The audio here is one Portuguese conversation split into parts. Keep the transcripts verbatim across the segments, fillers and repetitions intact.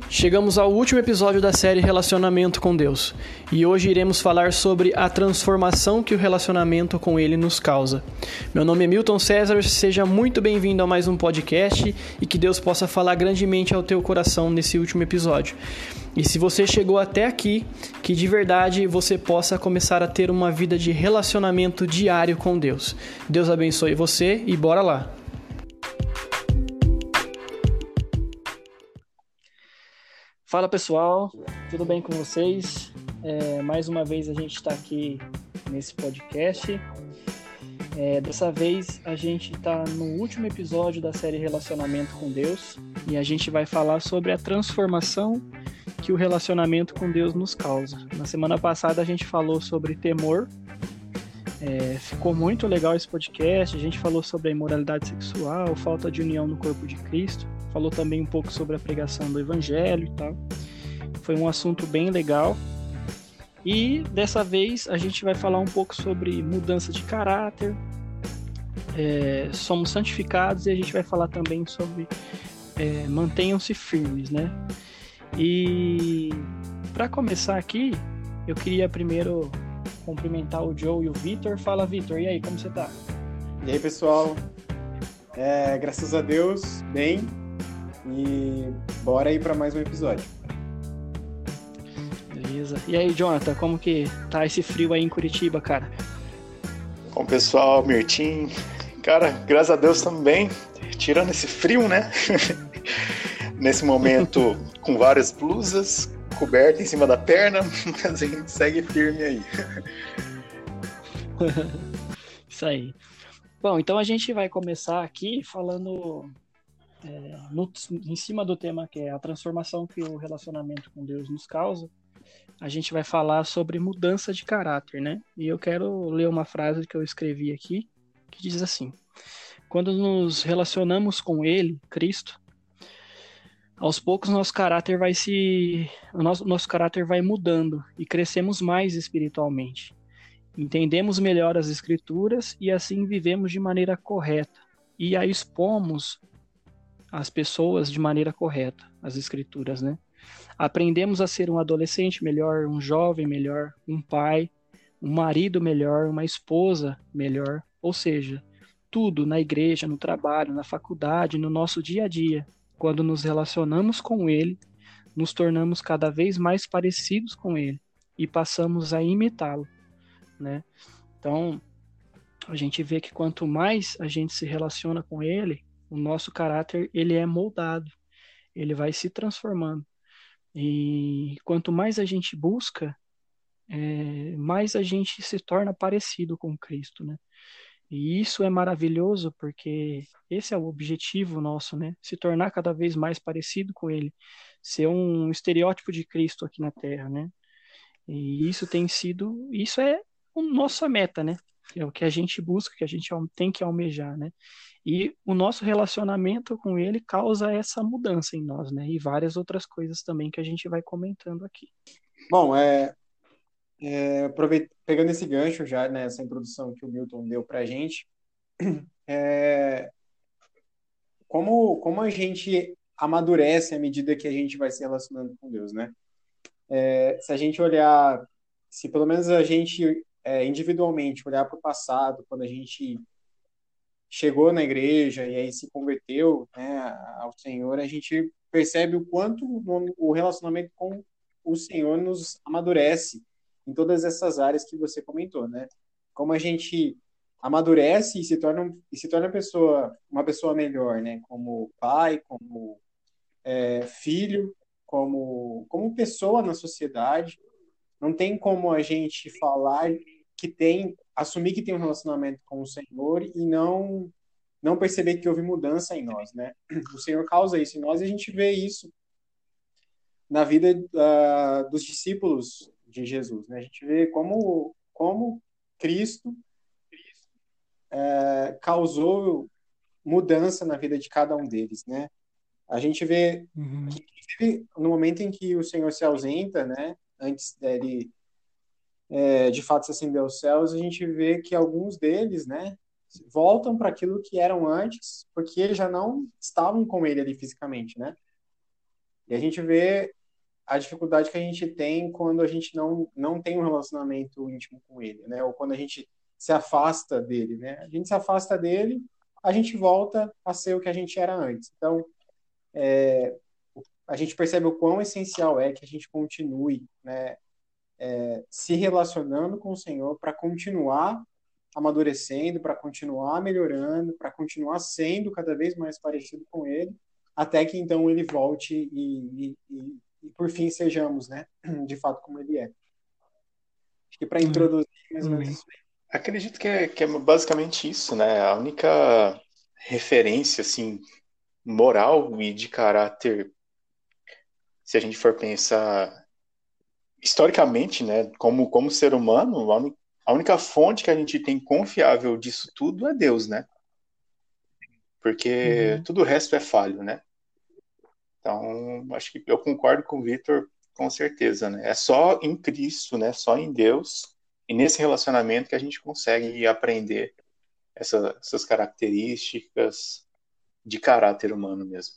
Chegamos ao último episódio da série Relacionamento com Deus, e hoje iremos falar sobre a transformação que o relacionamento com Ele nos causa. Meu nome é Milton César, seja muito bem-vindo a mais um podcast e que Deus possa falar grandemente ao teu coração nesse último episódio. E se você chegou até aqui, que de verdade você possa começar a ter uma vida de relacionamento diário com Deus. Deus abençoe você e bora lá! Fala pessoal, tudo bem com vocês? É, mais uma vez a gente está aqui nesse podcast. É, dessa vez a gente está no último episódio da série Relacionamento com Deus e a gente vai falar sobre a transformação que o relacionamento com Deus nos causa. Na semana passada a gente falou sobre temor. É, ficou muito legal esse podcast. A gente falou sobre a imoralidade sexual, falta de união no corpo de Cristo. Falou também um pouco sobre a pregação do Evangelho e tal. Foi um assunto bem legal. E dessa vez a gente vai falar um pouco sobre mudança de caráter. É, somos santificados e a gente vai falar também sobre é, mantenham-se firmes, né? E para começar aqui, eu queria primeiro cumprimentar o Joe e o Vitor. Fala, Vitor, e aí, como você tá? E aí, pessoal? É, graças a Deus, bem. E bora aí para mais um episódio. Beleza. E aí, Jonathan, como que tá esse frio aí em Curitiba, cara? Bom, pessoal, Mirtim, cara, graças a Deus também, tirando esse frio, né? Nesse momento, com várias blusas, coberta em cima da perna, mas a gente segue firme aí. Isso aí. Bom, então a gente vai começar aqui falando é, no, em cima do tema que é a transformação que o relacionamento com Deus nos causa. A gente vai falar sobre mudança de caráter, né? E eu quero ler uma frase que eu escrevi aqui, que diz assim: quando nos relacionamos com Ele, Cristo, aos poucos nosso caráter vai se, o nosso, nosso caráter vai mudando e crescemos mais espiritualmente. Entendemos melhor as Escrituras e assim vivemos de maneira correta e a expomos às pessoas de maneira correta, as Escrituras, né? Aprendemos a ser um adolescente melhor, um jovem melhor, um pai, um marido melhor, uma esposa melhor, ou seja, tudo na igreja, no trabalho, na faculdade, no nosso dia a dia. Quando nos relacionamos com Ele, nos tornamos cada vez mais parecidos com Ele e passamos a imitá-lo, né? Então, a gente vê que quanto mais a gente se relaciona com Ele, o nosso caráter ele é moldado, ele vai se transformando. E quanto mais a gente busca, é, mais a gente se torna parecido com Cristo, né? E isso é maravilhoso porque esse é o objetivo nosso, né? Se tornar cada vez mais parecido com Ele, ser um estereótipo de Cristo aqui na Terra, né? E isso tem sido, isso é a nossa meta, né? É o que a gente busca, que a gente tem que almejar, né? E o nosso relacionamento com Ele causa essa mudança em nós, né? E várias outras coisas também que a gente vai comentando aqui. Bom, é, é, aproveitando, pegando esse gancho já, né, essa introdução que o Milton deu pra gente, é, como, como a gente amadurece à medida que a gente vai se relacionando com Deus, né? É, se a gente olhar, se pelo menos a gente é, individualmente olhar para o passado, quando a gente chegou na igreja e aí se converteu, né, ao Senhor, a gente percebe o quanto o relacionamento com o Senhor nos amadurece em todas essas áreas que você comentou, né? Como a gente amadurece e se torna e se torna pessoa, uma pessoa melhor, né? Como pai, como é, filho, como como pessoa na sociedade. Não tem como a gente falar que tem, assumir que tem um relacionamento com o Senhor e não não perceber que houve mudança em nós, né? O Senhor causa isso em nós e a gente vê isso na vida uh, dos discípulos de Jesus, né? A gente vê como como Cristo uh, causou mudança na vida de cada um deles, né? A gente vê Uhum. que no momento em que o Senhor se ausenta, né? Antes dele é, de fato se ascender aos céus, a gente vê que alguns deles, né, voltam para aquilo que eram antes, porque já não estavam com ele ali fisicamente, né? E a gente vê a dificuldade que a gente tem quando a gente não, não tem um relacionamento íntimo com ele, né? Ou quando a gente se afasta dele, né? A gente se afasta dele, a gente volta a ser o que a gente era antes. Então, a gente percebe o quão essencial é que a gente continue, né, é, se relacionando com o Senhor para continuar amadurecendo, para continuar melhorando, para continuar sendo cada vez mais parecido com Ele, até que então Ele volte e, e, e, e por fim sejamos, né, de fato como Ele é. Acho que para introduzir mais ou menos Amém. isso aí. Acredito que é, que é basicamente isso, né? A única referência, assim, moral e de caráter, se a gente for pensar historicamente, né, como, como ser humano, a, uni- a única fonte que a gente tem confiável disso tudo é Deus, né? Porque Uhum. tudo o resto é falho, né? Então, acho que eu concordo com o Vitor com certeza, né? É só em Cristo, né? Só em Deus e nesse relacionamento que a gente consegue aprender essa, essas características de caráter humano mesmo.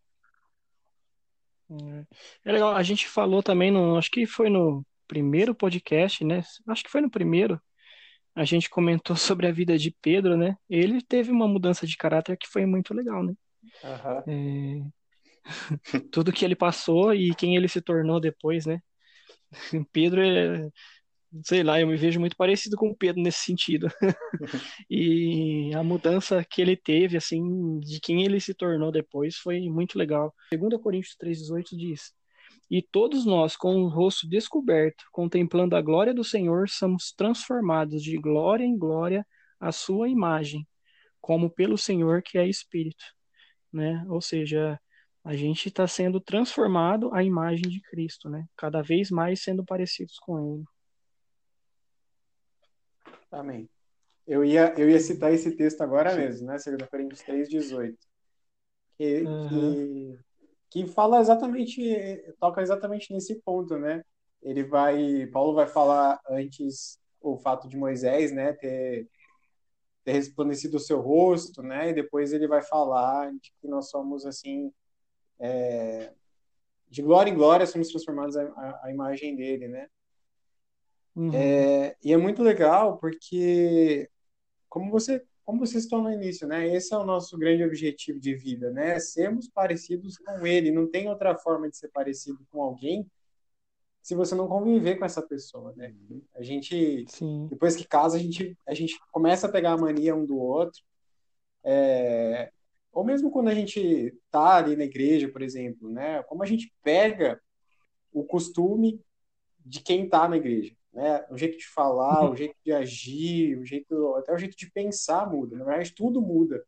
É legal, a gente falou também no, acho que foi no primeiro podcast, né? Acho que foi no primeiro. A gente comentou sobre a vida de Pedro, né? Ele teve uma mudança de caráter que foi muito legal, né? Aham. É, tudo que ele passou e quem ele se tornou depois, né? Pedro é, sei lá, eu me vejo muito parecido com o Pedro nesse sentido. E a mudança que ele teve, assim, de quem ele se tornou depois foi muito legal. Segundo Coríntios três dezoito diz: E todos nós, com o rosto descoberto, contemplando a glória do Senhor, somos transformados de glória em glória à sua imagem, como pelo Senhor que é Espírito, né? Ou seja, a gente está sendo transformado à imagem de Cristo, né? Cada vez mais sendo parecidos com Ele. Amém. Eu ia, eu ia citar esse texto agora mesmo, né? dois Coríntios três dezoito, que, Aham, que, que fala exatamente, toca exatamente nesse ponto, né? Ele vai, Paulo vai falar antes o fato de Moisés, né, ter, ter resplandecido o seu rosto, né? E depois ele vai falar de que nós somos assim, de glória em glória somos transformados à, à, à imagem dele, né? uhum, É, e é muito legal porque como você como você citou no início, né? Esse é o nosso grande objetivo de vida, né? Sermos parecidos com ele. Não tem outra forma de ser parecido com alguém se você não conviver com essa pessoa, né? A gente, sim. depois que casa, a gente, a gente começa a pegar a mania um do outro. É, ou mesmo quando a gente tá ali na igreja, por exemplo, né? Como a gente pega o costume de quem tá na igreja, né? O jeito de falar, o jeito de agir, o jeito, até o jeito de pensar muda. Na verdade, tudo muda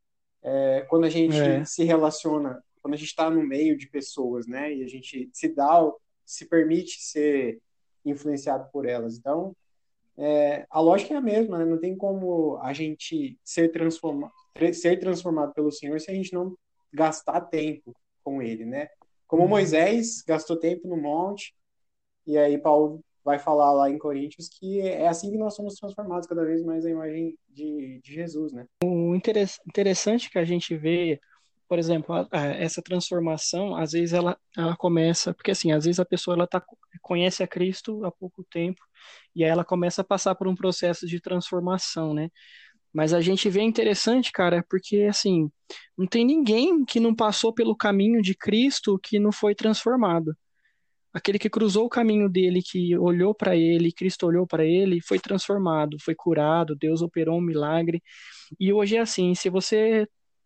é, quando a gente É, se relaciona, quando a gente está no meio de pessoas, né? E a gente se dá, se permite ser influenciado por elas. Então, é, a lógica é a mesma, né? Não tem como a gente ser transformado, ser transformado pelo Senhor se a gente não gastar tempo com Ele, né? Como uhum. Moisés gastou tempo no monte, e aí Paulo vai falar lá em Coríntios que é assim que nós somos transformados cada vez mais à imagem de, de Jesus, né? O interess- interessante que a gente vê, por exemplo, a- a- essa transformação, às vezes ela, ela começa, porque assim, às vezes a pessoa ela tá, conhece a Cristo há pouco tempo e aí ela começa a passar por um processo de transformação, né? Mas a gente vê interessante, cara, porque assim, não tem ninguém que não passou pelo caminho de Cristo que não foi transformado. Aquele que cruzou o caminho dele, que olhou para ele, Cristo olhou para ele, foi transformado, foi curado, Deus operou um milagre. E hoje é assim, se você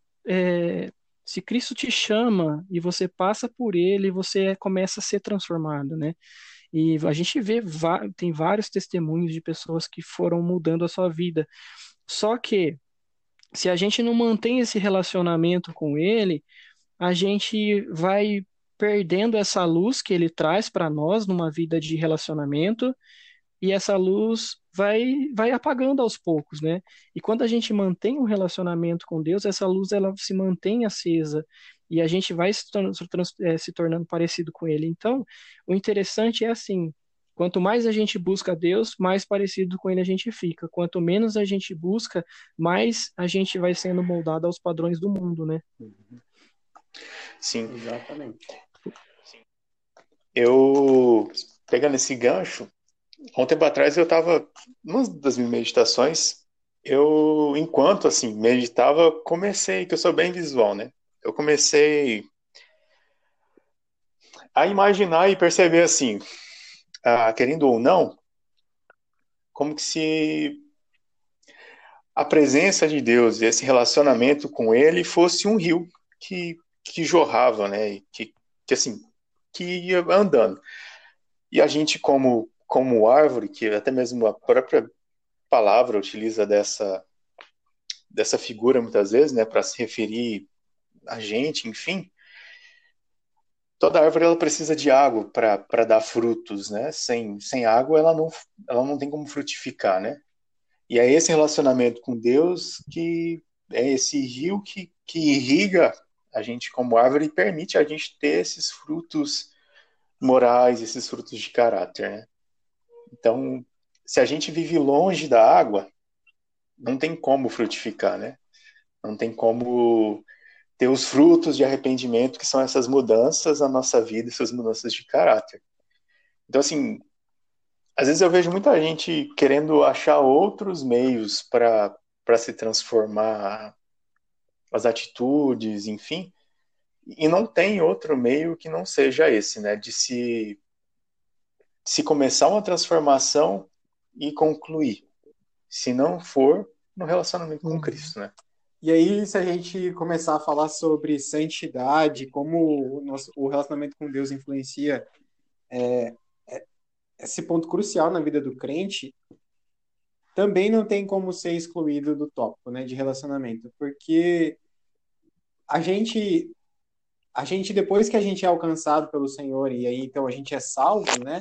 é, se Cristo te chama e você passa por ele, você começa a ser transformado, né? E a gente vê, va- tem vários testemunhos de pessoas que foram mudando a sua vida. Só que se a gente não mantém esse relacionamento com ele, a gente vai perdendo essa luz que ele traz para nós numa vida de relacionamento e essa luz vai vai apagando aos poucos, né? E quando a gente mantém um relacionamento com Deus, essa luz ela se mantém acesa e a gente vai se, tor- se trans- eh, se tornando parecido com Ele. Então, o interessante é assim: quanto mais a gente busca Deus, mais parecido com Ele a gente fica. Quanto menos a gente busca, mais a gente vai sendo moldado aos padrões do mundo, né? Sim. Exatamente. eu, pegando esse gancho, há um tempo atrás eu estava, numa das minhas meditações, eu, enquanto, assim, meditava, comecei, que eu sou bem visual, né? Eu comecei a imaginar e perceber, assim, ah, querendo ou não, como que se a presença de Deus e esse relacionamento com Ele fosse um rio que, que jorrava, né? E Que, que assim, que ia andando. E a gente, como, como árvore, que até mesmo a própria palavra utiliza dessa, dessa figura muitas vezes, né, para se referir a gente, enfim, toda árvore ela precisa de água para dar frutos, né? Sem, sem água ela não, ela não tem como frutificar, né? E é esse relacionamento com Deus que é esse rio que, que irriga a gente como árvore e permite a gente ter esses frutos morais, esses frutos de caráter, né? Então, se a gente vive longe da água, não tem como frutificar, né? Não tem como ter os frutos de arrependimento, que são essas mudanças na nossa vida, essas mudanças de caráter. Então, assim, às vezes eu vejo muita gente querendo achar outros meios para para se transformar as atitudes, enfim, e não tem outro meio que não seja esse, né, de se, se começar uma transformação e concluir, se não for no relacionamento com Cristo, né? E aí, se a gente começar a falar sobre santidade, como o, nosso, o relacionamento com Deus influencia esse ponto crucial na vida do crente, também não tem como ser excluído do tópico, né, de relacionamento, porque a gente, a gente depois que a gente é alcançado pelo Senhor e aí então a gente é salvo, né,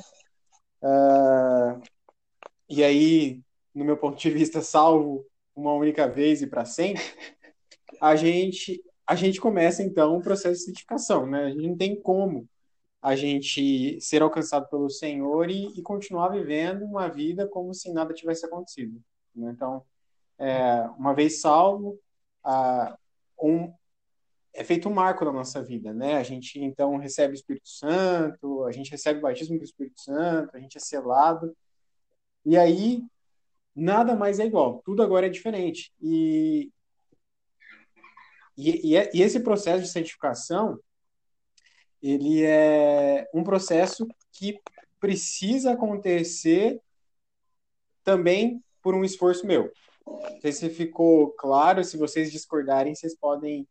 e aí, no meu ponto de vista, salvo uma única vez e para sempre, a gente a gente começa então um processo de santificação, né? A gente não tem como a gente ser alcançado pelo Senhor e, e continuar vivendo uma vida como se nada tivesse acontecido, né? Então, é, uma vez salvo, a, um, é feito um marco na nossa vida, né? A gente então recebe o Espírito Santo, a gente recebe o batismo do Espírito Santo, a gente é selado, e aí nada mais é igual, tudo agora é diferente. E, e, e, é, e esse processo de santificação, ele é um processo que precisa acontecer também por um esforço meu. Não sei se ficou claro, se vocês discordarem, vocês podem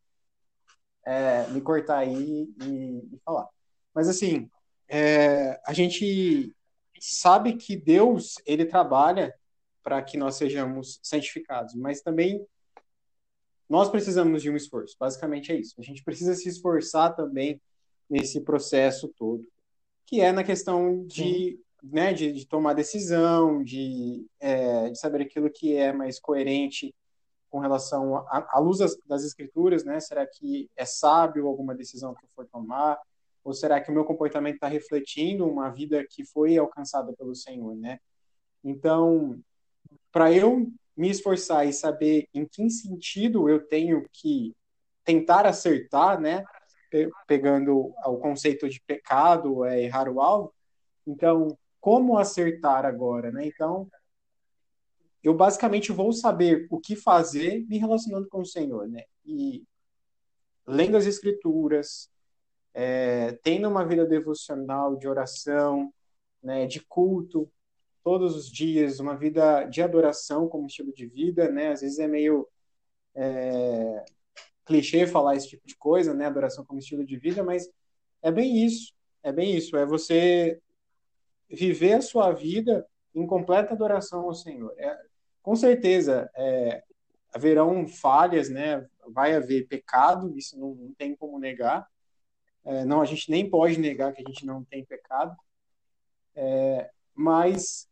é, me cortar aí e, e falar. Mas assim, é, a gente sabe que Deus, ele trabalha para que nós sejamos santificados, mas também nós precisamos de um esforço. Basicamente é isso. A gente precisa se esforçar também nesse processo todo, que é na questão de, né, de, de tomar decisão, de, é, de saber aquilo que é mais coerente com relação à luz das, das escrituras, né? Será que é sábio alguma decisão que eu for tomar? Ou será que o meu comportamento está refletindo uma vida que foi alcançada pelo Senhor, né? Então, para eu me esforçar e saber em que sentido eu tenho que tentar acertar, né? Pegando o conceito de pecado, é errar o alvo. Então, como acertar agora, né? Então, eu basicamente vou saber o que fazer me relacionando com o Senhor, né? E lendo as Escrituras, é, tendo uma vida devocional de oração, né? De culto, todos os dias, uma vida de adoração como estilo de vida, né? Às vezes é meio é, clichê falar esse tipo de coisa, né? Adoração como estilo de vida, mas é bem isso. É bem isso. É você viver a sua vida em completa adoração ao Senhor. É, com certeza, é, haverão falhas, né? Vai haver pecado, isso não, não tem como negar. É, não, a gente nem pode negar que a gente não tem pecado. É, mas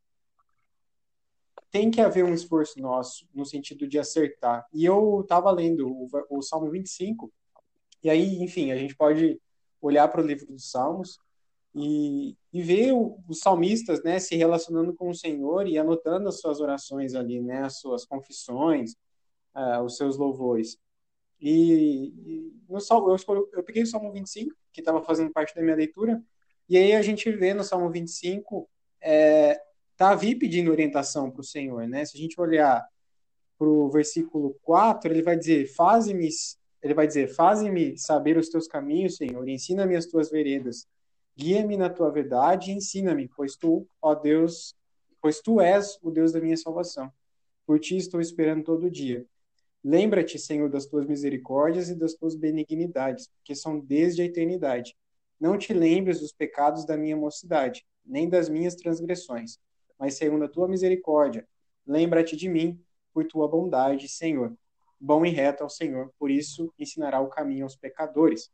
tem que haver um esforço nosso no sentido de acertar. E eu estava lendo o, o Salmo vinte e cinco, e aí, enfim, a gente pode olhar para o livro dos Salmos e, e ver o, os salmistas, né, se relacionando com o Senhor e anotando as suas orações ali, né, as suas confissões, uh, os seus louvores. E, e no Salmo, eu, escolhi, eu peguei o Salmo vinte e cinco, que estava fazendo parte da minha leitura, E aí a gente vê no Salmo vinte e cinco, é, Davi pedindo orientação para o Senhor, né? Se a gente olhar para o versículo quatro, ele vai dizer, faze-me, ele vai dizer, faze-me saber os teus caminhos, Senhor, ensina-me as tuas veredas, guia-me na tua verdade e ensina-me, pois tu, ó Deus, pois tu és o Deus da minha salvação. Por ti estou esperando todo dia. Lembra-te, Senhor, das tuas misericórdias e das tuas benignidades, porque são desde a eternidade. Não te lembres dos pecados da minha mocidade, nem das minhas transgressões, mas segundo a tua misericórdia, lembra-te de mim por tua bondade, Senhor. Bom e reto ao Senhor, por isso ensinará o caminho aos pecadores.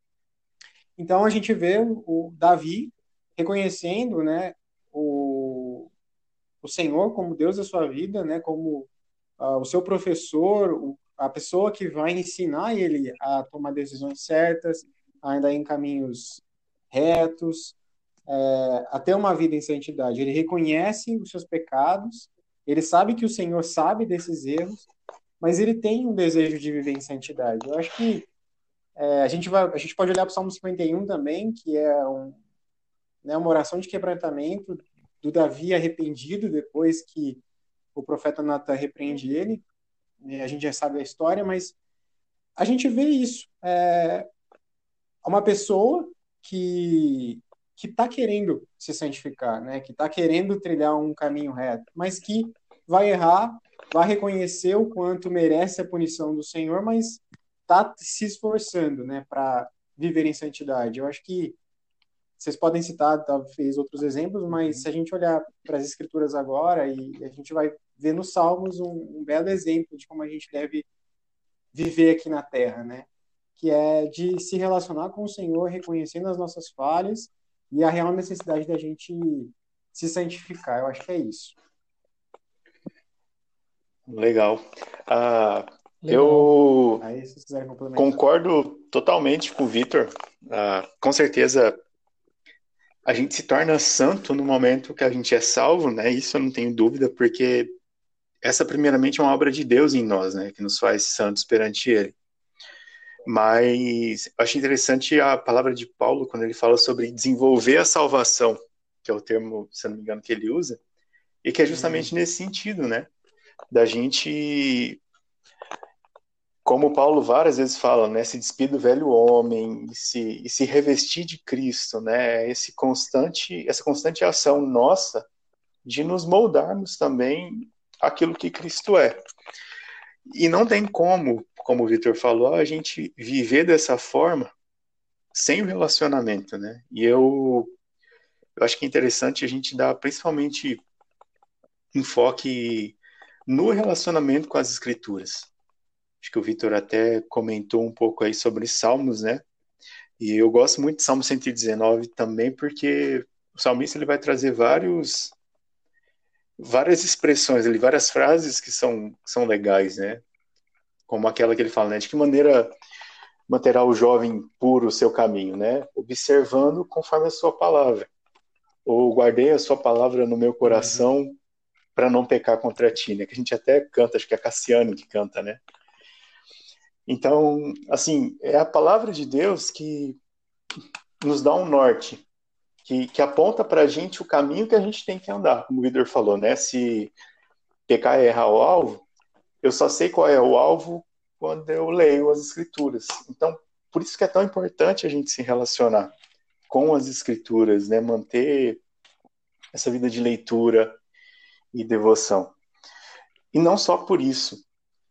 Então a gente vê o Davi reconhecendo, né, o, o Senhor como Deus da sua vida, né, como uh, o seu professor, o, a pessoa que vai ensinar ele a tomar decisões certas, a andar em caminhos retos, é, a ter uma vida em santidade. Ele reconhece os seus pecados, ele sabe que o Senhor sabe desses erros, mas ele tem um desejo de viver em santidade. Eu acho que é, a, gente vai, a gente pode olhar para o Salmo cinquenta e um também, que é um, né, uma oração de quebrantamento do Davi arrependido depois que o profeta Natan repreende ele. A gente já sabe a história, mas a gente vê isso. É uma pessoa que que está querendo se santificar, né? Que está querendo trilhar um caminho reto, mas que vai errar, vai reconhecer o quanto merece a punição do Senhor, mas está se esforçando, né, para viver em santidade. Eu acho que vocês podem citar, talvez, outros exemplos, mas se a gente olhar para as Escrituras agora, e a gente vai ver nos Salmos um, um belo exemplo de como a gente deve viver aqui na Terra, né? Que é de se relacionar com o Senhor, reconhecendo as nossas falhas e a real necessidade da gente se santificar. Eu acho que é isso. Legal. Ah, Legal. Eu Aí, se quiserem complementar. Concordo totalmente com o Vitor. Ah, com certeza, a gente se torna santo no momento que a gente é salvo, né? Isso eu não tenho dúvida, porque essa, primeiramente, é uma obra de Deus em nós, né? Que nos faz santos perante Ele. Mas eu acho interessante a palavra de Paulo quando ele fala sobre desenvolver a salvação, que é o termo, se eu não me engano, que ele usa, e que é justamente uhum. nesse sentido, né? Da gente, como Paulo várias vezes fala, né? Se despir do velho homem e se, e se revestir de Cristo, né? Esse constante, essa constante ação nossa de nos moldarmos também aquilo que Cristo é. E não tem como, como o Vitor falou, a gente viver dessa forma sem o relacionamento, né? E eu, eu acho que é interessante a gente dar principalmente enfoque no relacionamento com as Escrituras. Acho que o Vitor até comentou um pouco aí sobre Salmos, né? E eu gosto muito de Salmo cento e dezenove também, porque o salmista ele vai trazer vários... várias expressões, ali, várias frases que são, que são legais, né? Como aquela que ele fala, né? De que maneira manterá o jovem puro o seu caminho, né? Observando conforme a sua palavra. Ou guardei a sua palavra no meu coração uhum. para não pecar contra ti, né? Que a gente até canta, acho que é Cassiano que canta, né? Então, assim, é a palavra de Deus que nos dá um norte, que, que aponta para a gente o caminho que a gente tem que andar, como o Vitor falou, né? Se pecar é errar o alvo, eu só sei qual é o alvo quando eu leio as Escrituras. Então, por isso que é tão importante a gente se relacionar com as Escrituras, né? Manter essa vida de leitura e devoção. E não só por isso.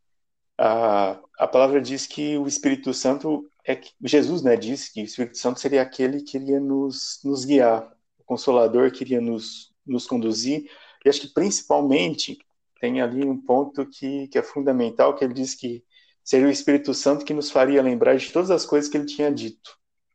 A, a palavra diz que o Espírito Santo, é Jesus, né, disse que o Espírito Santo seria aquele que iria nos, nos guiar, o Consolador que iria nos, nos conduzir. E acho que principalmente tem ali um ponto que, que é fundamental, que ele diz que seria o Espírito Santo que nos faria lembrar de todas as coisas que ele tinha dito.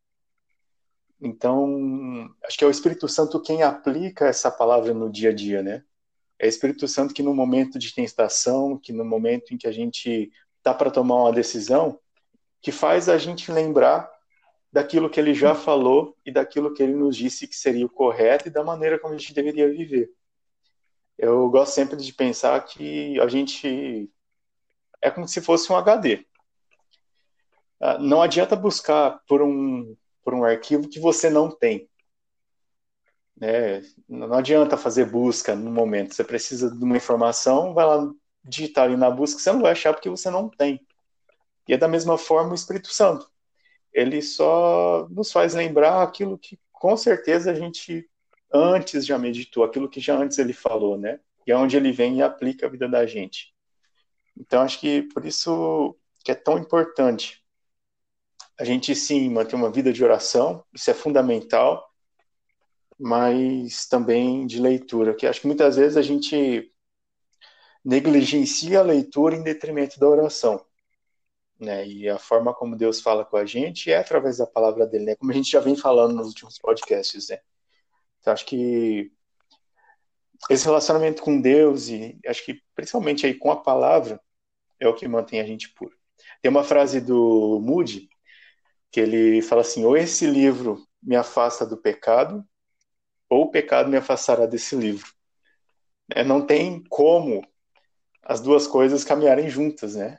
Então, acho que é o Espírito Santo quem aplica essa palavra no dia a dia, né? É o Espírito Santo que no momento de tentação, que no momento em que a gente está para tomar uma decisão, que faz a gente lembrar daquilo que ele já falou e daquilo que ele nos disse que seria o correto e da maneira como a gente deveria viver. Eu gosto sempre de pensar que a gente é como se fosse um H D. Não adianta buscar por um, por um arquivo que você não tem. né? Não adianta fazer busca no momento. Você precisa de uma informação, vai lá digitar ali na busca, você não vai achar porque você não tem. E é da mesma forma o Espírito Santo. Ele só nos faz lembrar aquilo que com certeza a gente antes já meditou, aquilo que já antes ele falou, né? E é onde ele vem e aplica a vida da gente. Então, acho que por isso que é tão importante a gente, sim, manter uma vida de oração, isso é fundamental, mas também de leitura, que acho que muitas vezes a gente negligencia a leitura em detrimento da oração, né? E a forma como Deus fala com a gente é através da palavra dele, né? Como a gente já vem falando nos últimos podcasts, né? Então, acho que esse relacionamento com Deus e acho que principalmente aí com a palavra é o que mantém a gente puro. Tem uma frase do Moody que ele fala assim: ou esse livro me afasta do pecado, ou o pecado me afastará desse livro. É, não tem como as duas coisas caminharem juntas, né?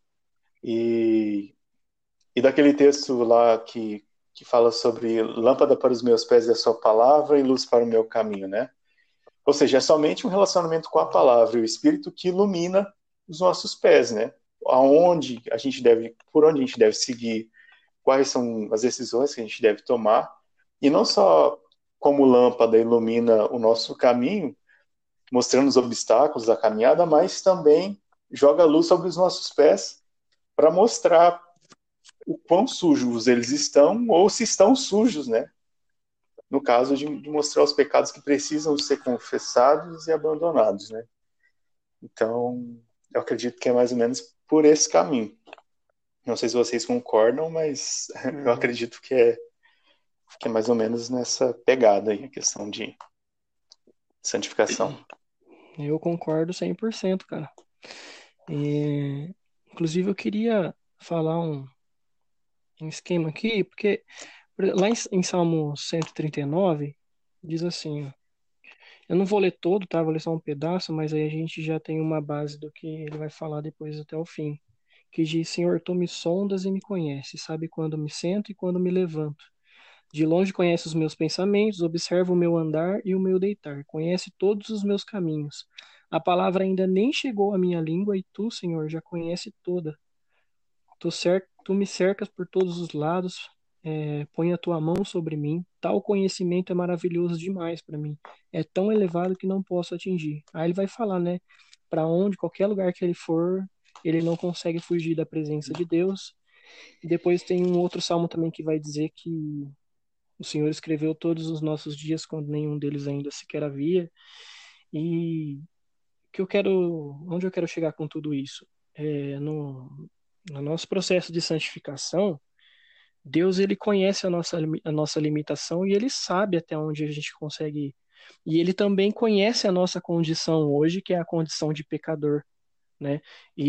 E, e daquele texto lá que, que fala sobre lâmpada para os meus pés é a sua palavra e luz para o meu caminho, né? Ou seja, é somente um relacionamento com a palavra e o Espírito que ilumina os nossos pés, né? Aonde a gente deve, por onde a gente deve seguir, quais são as decisões que a gente deve tomar, e não só como lâmpada ilumina o nosso caminho, mostrando os obstáculos da caminhada, mas também joga luz sobre os nossos pés para mostrar o quão sujos eles estão, ou se estão sujos, né? No caso de, de mostrar os pecados que precisam ser confessados e abandonados, né? Então, eu acredito que é mais ou menos por esse caminho. Não sei se vocês concordam, mas uhum. eu acredito que é, que é mais ou menos nessa pegada aí, a questão de santificação. Eu concordo cem por cento, cara. E, inclusive, eu queria falar um, um esquema aqui, porque lá em, em Salmo cento e trinta e nove, diz assim, ó, eu não vou ler todo, tá? Vou ler só um pedaço, mas aí a gente já tem uma base do que ele vai falar depois até o fim. Que diz: Senhor, tu me sondas e me conheces, sabe quando me sento e quando me levanto. De longe conhece os meus pensamentos, observa o meu andar e o meu deitar, conhece todos os meus caminhos. A palavra ainda nem chegou à minha língua e tu, Senhor, já conhece toda. Tu, cer tu me cercas por todos os lados, é, põe a tua mão sobre mim. Tal conhecimento é maravilhoso demais para mim. É tão elevado que não posso atingir. Aí ele vai falar, né? Para onde, qualquer lugar que ele for, ele não consegue fugir da presença de Deus. E depois tem um outro salmo também que vai dizer que o Senhor escreveu todos os nossos dias quando nenhum deles ainda sequer havia. E que eu quero, onde eu quero chegar com tudo isso? É no, no nosso processo de santificação, Deus ele conhece a nossa, a nossa limitação e ele sabe até onde a gente consegue ir. E ele também conhece a nossa condição hoje, que é a condição de pecador, né?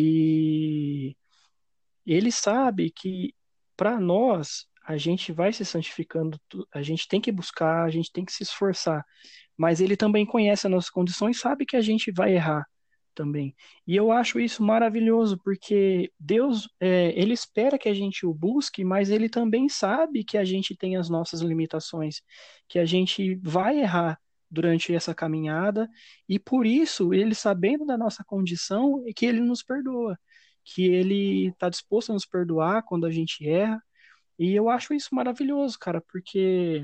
E ele sabe que para nós a gente vai se santificando, a gente tem que buscar, a gente tem que se esforçar, mas ele também conhece as nossas condições, sabe que a gente vai errar também. E eu acho isso maravilhoso, porque Deus, é, ele espera que a gente o busque, mas ele também sabe que a gente tem as nossas limitações, que a gente vai errar durante essa caminhada, e por isso, ele sabendo da nossa condição, é que ele nos perdoa, que ele está disposto a nos perdoar quando a gente erra, e eu acho isso maravilhoso, cara, porque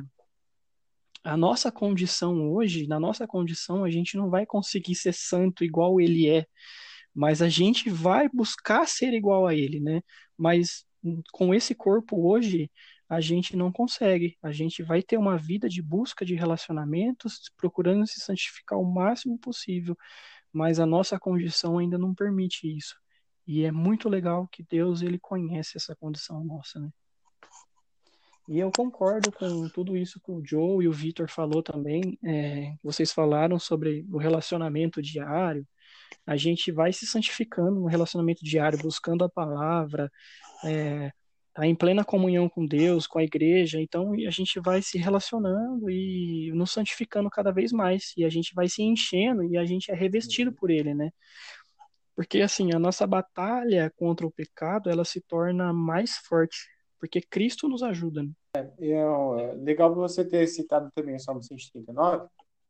a nossa condição hoje, na nossa condição, a gente não vai conseguir ser santo igual ele é, mas a gente vai buscar ser igual a ele, né? Mas com esse corpo hoje, a gente não consegue. A gente vai ter uma vida de busca de relacionamentos, procurando se santificar o máximo possível, mas a nossa condição ainda não permite isso. E é muito legal que Deus ele conhece essa condição nossa, né? E eu concordo com tudo isso que o Joe e o Victor falou também. É, vocês falaram sobre o relacionamento diário. A gente vai se santificando no relacionamento diário, buscando a palavra, é, tá em plena comunhão com Deus, com a igreja. Então a gente vai se relacionando e nos santificando cada vez mais. E a gente vai se enchendo e a gente é revestido por Ele, né? Porque assim, a nossa batalha contra o pecado, ela se torna mais forte. porque Cristo nos ajuda, né? É ó, legal você ter citado também o Salmo cento e trinta e nove,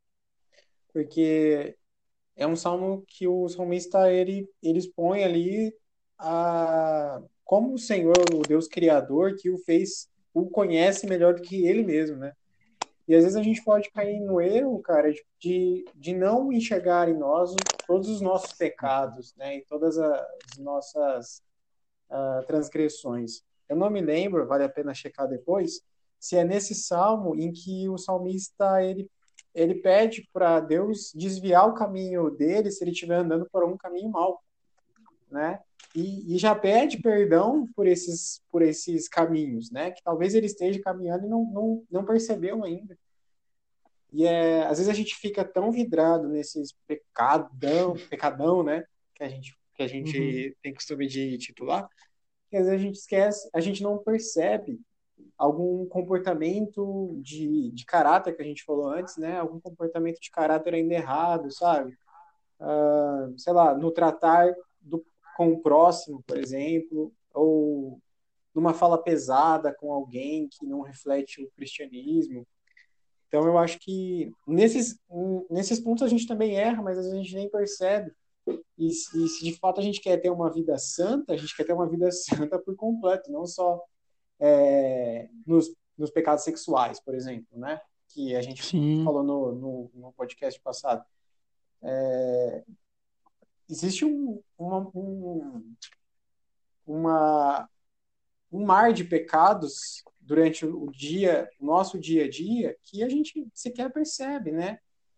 porque é um salmo que o salmista ele, ele expõe ali a, como o Senhor, o Deus Criador, que o fez, o conhece melhor do que ele mesmo, né? E às vezes a gente pode cair no erro, cara, de, de não enxergar em nós todos os nossos pecados, né? E todas as nossas uh, transgressões. Eu não me lembro, vale a pena checar depois, se é nesse salmo em que o salmista ele, ele pede para Deus desviar o caminho dele se ele estiver andando por um caminho mau, né? E, e já pede perdão por esses, por esses caminhos, né? Que talvez ele esteja caminhando e não, não, não percebeu ainda. E é, às vezes a gente fica tão vidrado nesses pecadão, pecadão, né? Que a gente, que a gente uhum. tem costume de titular, que às vezes a gente esquece, a gente não percebe algum comportamento de, de caráter que a gente falou antes, né? Algum comportamento de caráter ainda errado, sabe? Uh, sei lá, no tratar do, com o próximo, por exemplo, ou numa fala pesada com alguém que não reflete o cristianismo. Então, eu acho que nesses, nesses pontos a gente também erra, mas às vezes a gente nem percebe. E, e se de fato a gente quer ter uma vida santa, a gente quer ter uma vida santa por completo, não só é, nos, nos pecados sexuais, por exemplo, né? Que a gente Sim. falou no, no, no podcast passado. É, existe um, uma, um, uma, um mar de pecados durante o dia, o nosso dia a dia, que a gente sequer percebe, né?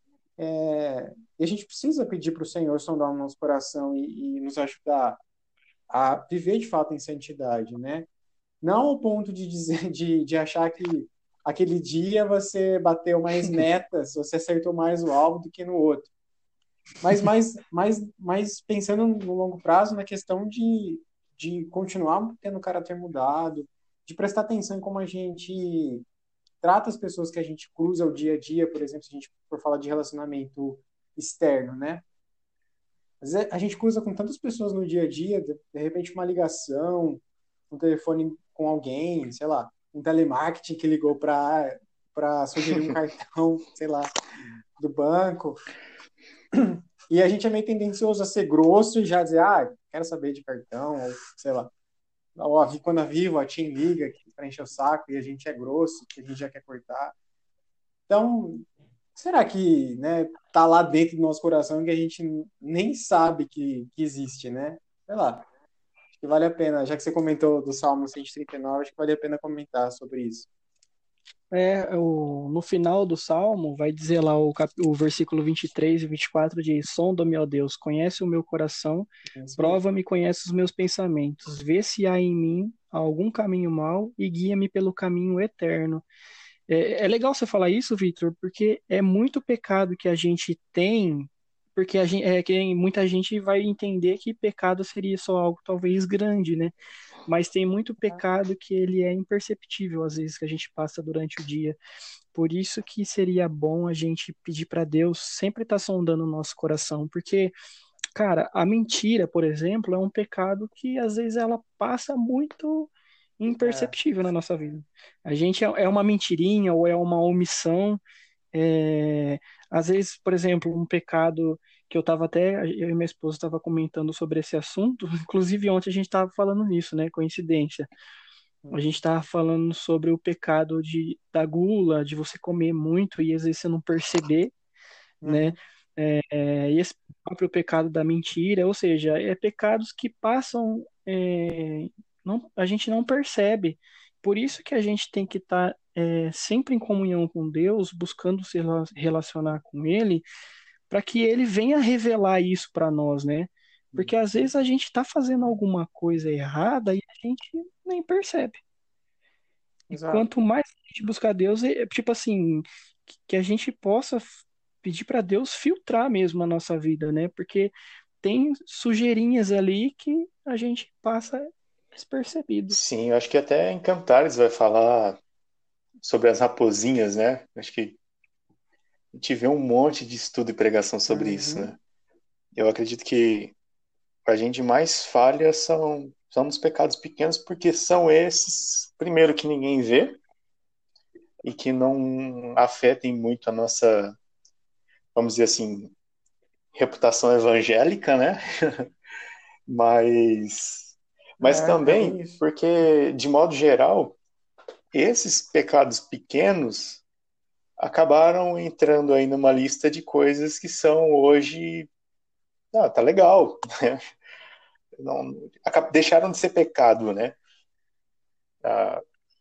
É, e a gente precisa pedir para o Senhor sondar o nosso coração e, e nos ajudar a viver de fato em santidade, né? Não ao ponto de dizer, de, de achar que aquele dia você bateu mais metas, você acertou mais o alvo do que no outro. Mas mais, mais, mais pensando no longo prazo, na questão de, de continuar tendo o caráter mudado, de prestar atenção em como a gente trata as pessoas que a gente cruza o dia a dia, por exemplo, se a gente for falar de relacionamento externo, né? Às vezes a gente cruza com tantas pessoas no dia a dia, de, de repente uma ligação, um telefone com alguém, sei lá, um telemarketing que ligou para para sugerir um cartão, sei lá, do banco. E a gente é meio tendencioso a ser grosso e já dizer, ah, quero saber de cartão, ou sei lá. Ou quando a Vivo, a TIM liga para encher o saco e a gente é grosso, que a gente já quer cortar. Então, será que, né, tá lá dentro do nosso coração que a gente nem sabe que, que existe, né? Sei lá. Acho que vale a pena, já que você comentou do Salmo cento e trinta e nove, acho que vale a pena comentar sobre isso. É, o, no final do Salmo, vai dizer lá o, cap, o versículo vinte e três e vinte e quatro diz: sonda-me, ó Deus, conhece o meu coração, prova-me, conhece os meus pensamentos, vê se há em mim algum caminho mau e guia-me pelo caminho eterno. É, é legal você falar isso, Victor, porque é muito pecado que a gente tem, porque a gente, é, que muita gente vai entender que pecado seria só algo talvez grande, né? Mas tem muito pecado que ele é imperceptível, às vezes, que a gente passa durante o dia. Por isso que seria bom a gente pedir para Deus sempre estar sondando o nosso coração, porque, cara, a mentira, por exemplo, é um pecado que às vezes ela passa muito imperceptível é. na nossa vida. A gente é, é uma mentirinha ou é uma omissão. É, às vezes, por exemplo, um pecado que eu estava até, eu e minha esposa estava comentando sobre esse assunto, inclusive ontem a gente estava falando nisso, né, coincidência. A gente estava falando sobre o pecado de, da gula, de você comer muito e às vezes você não perceber, uhum. né, é, é, e esse próprio pecado da mentira, ou seja, é pecados que passam, é, não, a gente não percebe. Por isso que a gente tem que estar tá, é, sempre em comunhão com Deus, buscando se relacionar com Ele, para que Ele venha revelar isso para nós, né? Porque às vezes a gente está fazendo alguma coisa errada e a gente nem percebe. Exato. E quanto mais a gente buscar Deus, é tipo assim, que a gente possa pedir para Deus filtrar mesmo a nossa vida, né? Porque tem sujeirinhas ali que a gente passa despercebido. Sim, eu acho que até em Cantares vai falar sobre as raposinhas, né? Acho que a gente vê um monte de estudo e pregação sobre uhum. isso, né? Eu acredito que a gente mais falha são, são os pecados pequenos, porque são esses primeiro, que ninguém vê e que não afetem muito a nossa, vamos dizer assim, reputação evangélica, né? Mas, mas É, é bem também isso. porque, de modo geral, esses pecados pequenos acabaram entrando aí numa lista de coisas que são hoje, ah, tá legal, né? Não, acab- deixaram de ser pecado, né? Ah,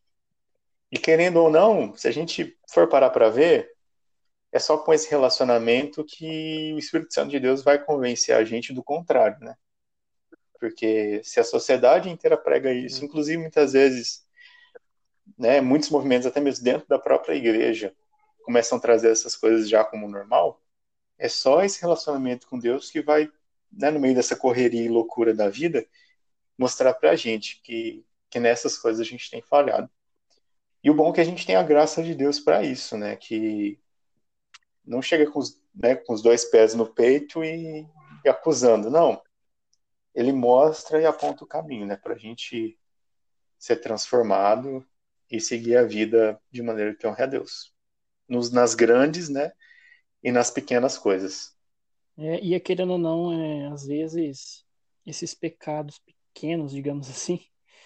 e querendo ou não, se a gente for parar para ver, é só com esse relacionamento que o Espírito Santo de Deus vai convencer a gente do contrário, né? Porque se a sociedade inteira prega isso, Hum. inclusive muitas vezes, né, muitos movimentos até mesmo dentro da própria igreja começam a trazer essas coisas já como normal, é só esse relacionamento com Deus que vai, né, no meio dessa correria e loucura da vida, mostrar pra gente que, que nessas coisas a gente tem falhado. E o bom é que a gente tem a graça de Deus para isso, né? Que não chega com os, né, com os dois pés no peito e, e acusando, não. Ele mostra e aponta o caminho, né? Para a gente ser transformado e seguir a vida de maneira que honre a Deus. Nos, nas grandes, né? E nas pequenas coisas. É, e é, querendo ou não, é, às vezes, esses pecados pequenos, digamos assim,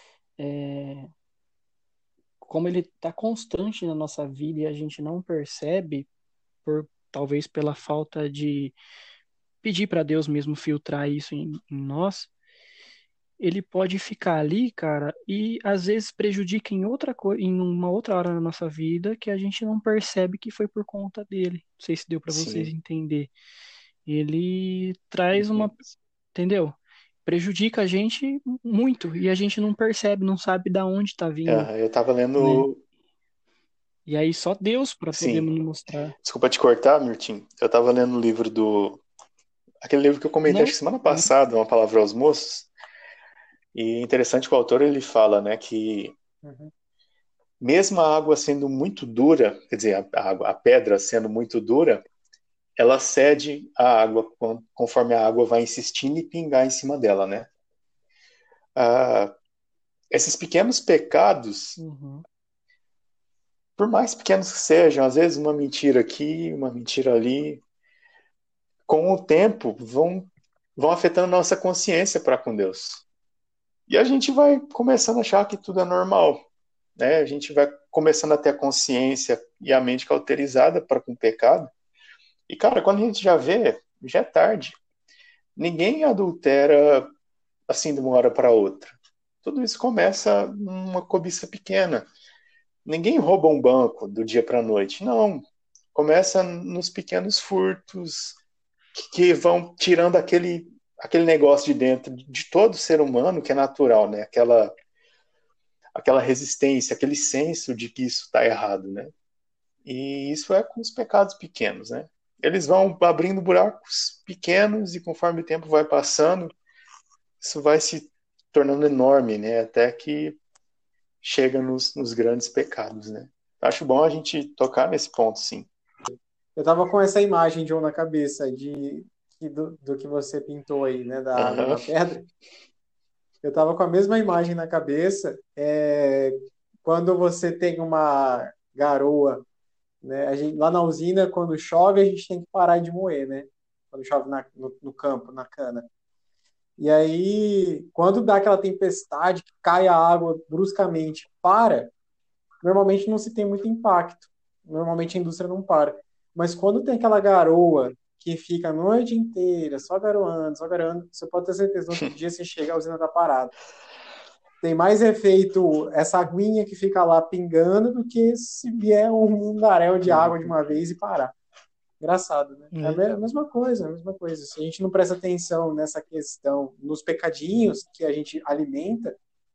é, como ele está constante na nossa vida e a gente não percebe, por talvez pela falta de pedir para Deus mesmo filtrar isso em, em nós, ele pode ficar ali, cara, e às vezes prejudica em outra coisa, em uma outra hora da nossa vida que a gente não percebe que foi por conta dele. Não sei se deu para vocês Sim. entender. Ele traz uma, Uhum. entendeu? Prejudica a gente muito e a gente não percebe, não sabe da onde está vindo, Ah, eu estava né? lendo. E aí só Deus para poder Sim. nos mostrar. Desculpa te cortar, Mirtin. Eu estava lendo o livro do. Aquele livro que eu comentei acho Não, que semana passada, Uma Palavra aos Moços. E é interessante que o autor ele fala, né, que Uhum. mesmo a água sendo muito dura, quer dizer, a, a, a pedra sendo muito dura, ela cede a água conforme a água vai insistindo e pingar em cima dela, né? Ah, esses pequenos pecados, uhum, por mais pequenos que sejam, às vezes uma mentira aqui, uma mentira ali, com o tempo vão, vão afetando nossa consciência para com Deus. E a gente vai começando a achar que tudo é normal, né? A gente vai começando a ter a consciência e a mente cauterizada para com o pecado. E, cara, quando a gente já vê, já é tarde. Ninguém adultera assim de uma hora para outra. Tudo isso começa numa cobiça pequena. Ninguém rouba um banco do dia para a noite. Não. Começa nos pequenos furtos que vão tirando aquele, aquele negócio de dentro de todo ser humano que é natural, né? Aquela, aquela resistência, aquele senso de que isso está errado, né? E isso é com os pecados pequenos, né? Eles vão abrindo buracos pequenos e conforme o tempo vai passando, isso vai se tornando enorme, né? Até que chega nos, nos grandes pecados, né? Acho bom a gente tocar nesse ponto, sim. Eu tava com essa imagem, John, na cabeça de, que- do, do que você pintou aí, né? Da água Uhum. na pedra. Eu tava com a mesma imagem na cabeça. É, quando você tem uma garoa, né? A gente, lá na usina, quando chove, a gente tem que parar de moer, né? Quando chove na- no, no campo, na cana. E aí, quando dá aquela tempestade, que cai a água bruscamente, para, normalmente não se tem muito impacto. Normalmente a indústria não para. Mas quando tem aquela garoa que fica a noite inteira só garoando, só garoando, você pode ter certeza, no outro dia você chega, a usina está parada. Tem mais efeito essa aguinha que fica lá pingando do que se vier um mundaréu de água de uma vez e parar. Engraçado, né? É é, a mesma coisa, a mesma coisa. Se a gente não presta atenção nessa questão, nos pecadinhos que a gente alimenta,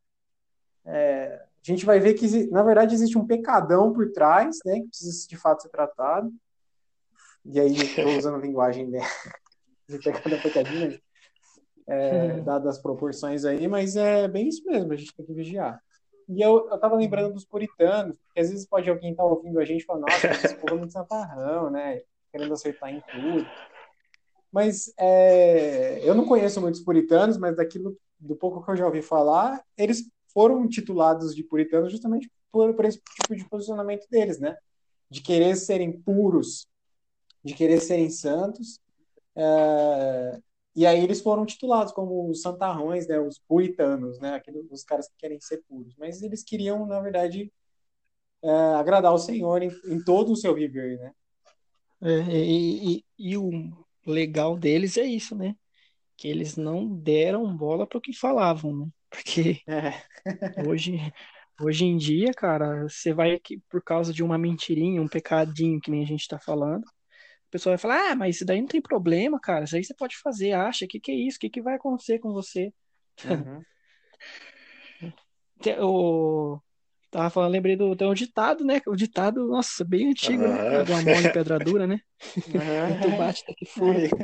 é, a gente vai ver que, na verdade, existe um pecadão por trás, né? Que precisa de fato ser tratado. E aí, estou usando a linguagem né, de pecadão, pecadinho, mas é, dadas as proporções aí, mas é bem isso mesmo, a gente tem que vigiar. E eu, eu tava lembrando dos puritanos, porque às vezes pode alguém estar tá ouvindo a gente e falar, nossa, mas esse povo é muito santarrão, né? Querendo acertar em tudo. Mas é, eu não conheço muitos puritanos, mas daquilo do pouco que eu já ouvi falar, eles foram titulados de puritanos justamente por, por esse tipo de posicionamento deles, né? De querer serem puros, de querer serem santos. É, e aí eles foram titulados como os santarrões, né? Os puritanos, né? Aqueles, os caras que querem ser puros. Mas eles queriam, na verdade, é, agradar o Senhor em, em todo o seu viver, né? É, e, e, e o legal deles é isso, né? Que eles não deram bola para o que falavam, né? Porque É. hoje, hoje em dia, cara, você vai que por causa de uma mentirinha, um pecadinho, que nem a gente tá falando, a pessoa vai falar, ah, mas isso daí não tem problema, cara, isso aí você pode fazer, acha, o que que é isso? O que que vai acontecer com você? Uhum. Te- O, tava falando, lembrei do, tem um ditado, né? O ditado, nossa, bem antigo, né? Ah, Água mole, pedra dura, né? Tu Uhum. bate até que fura. Aí.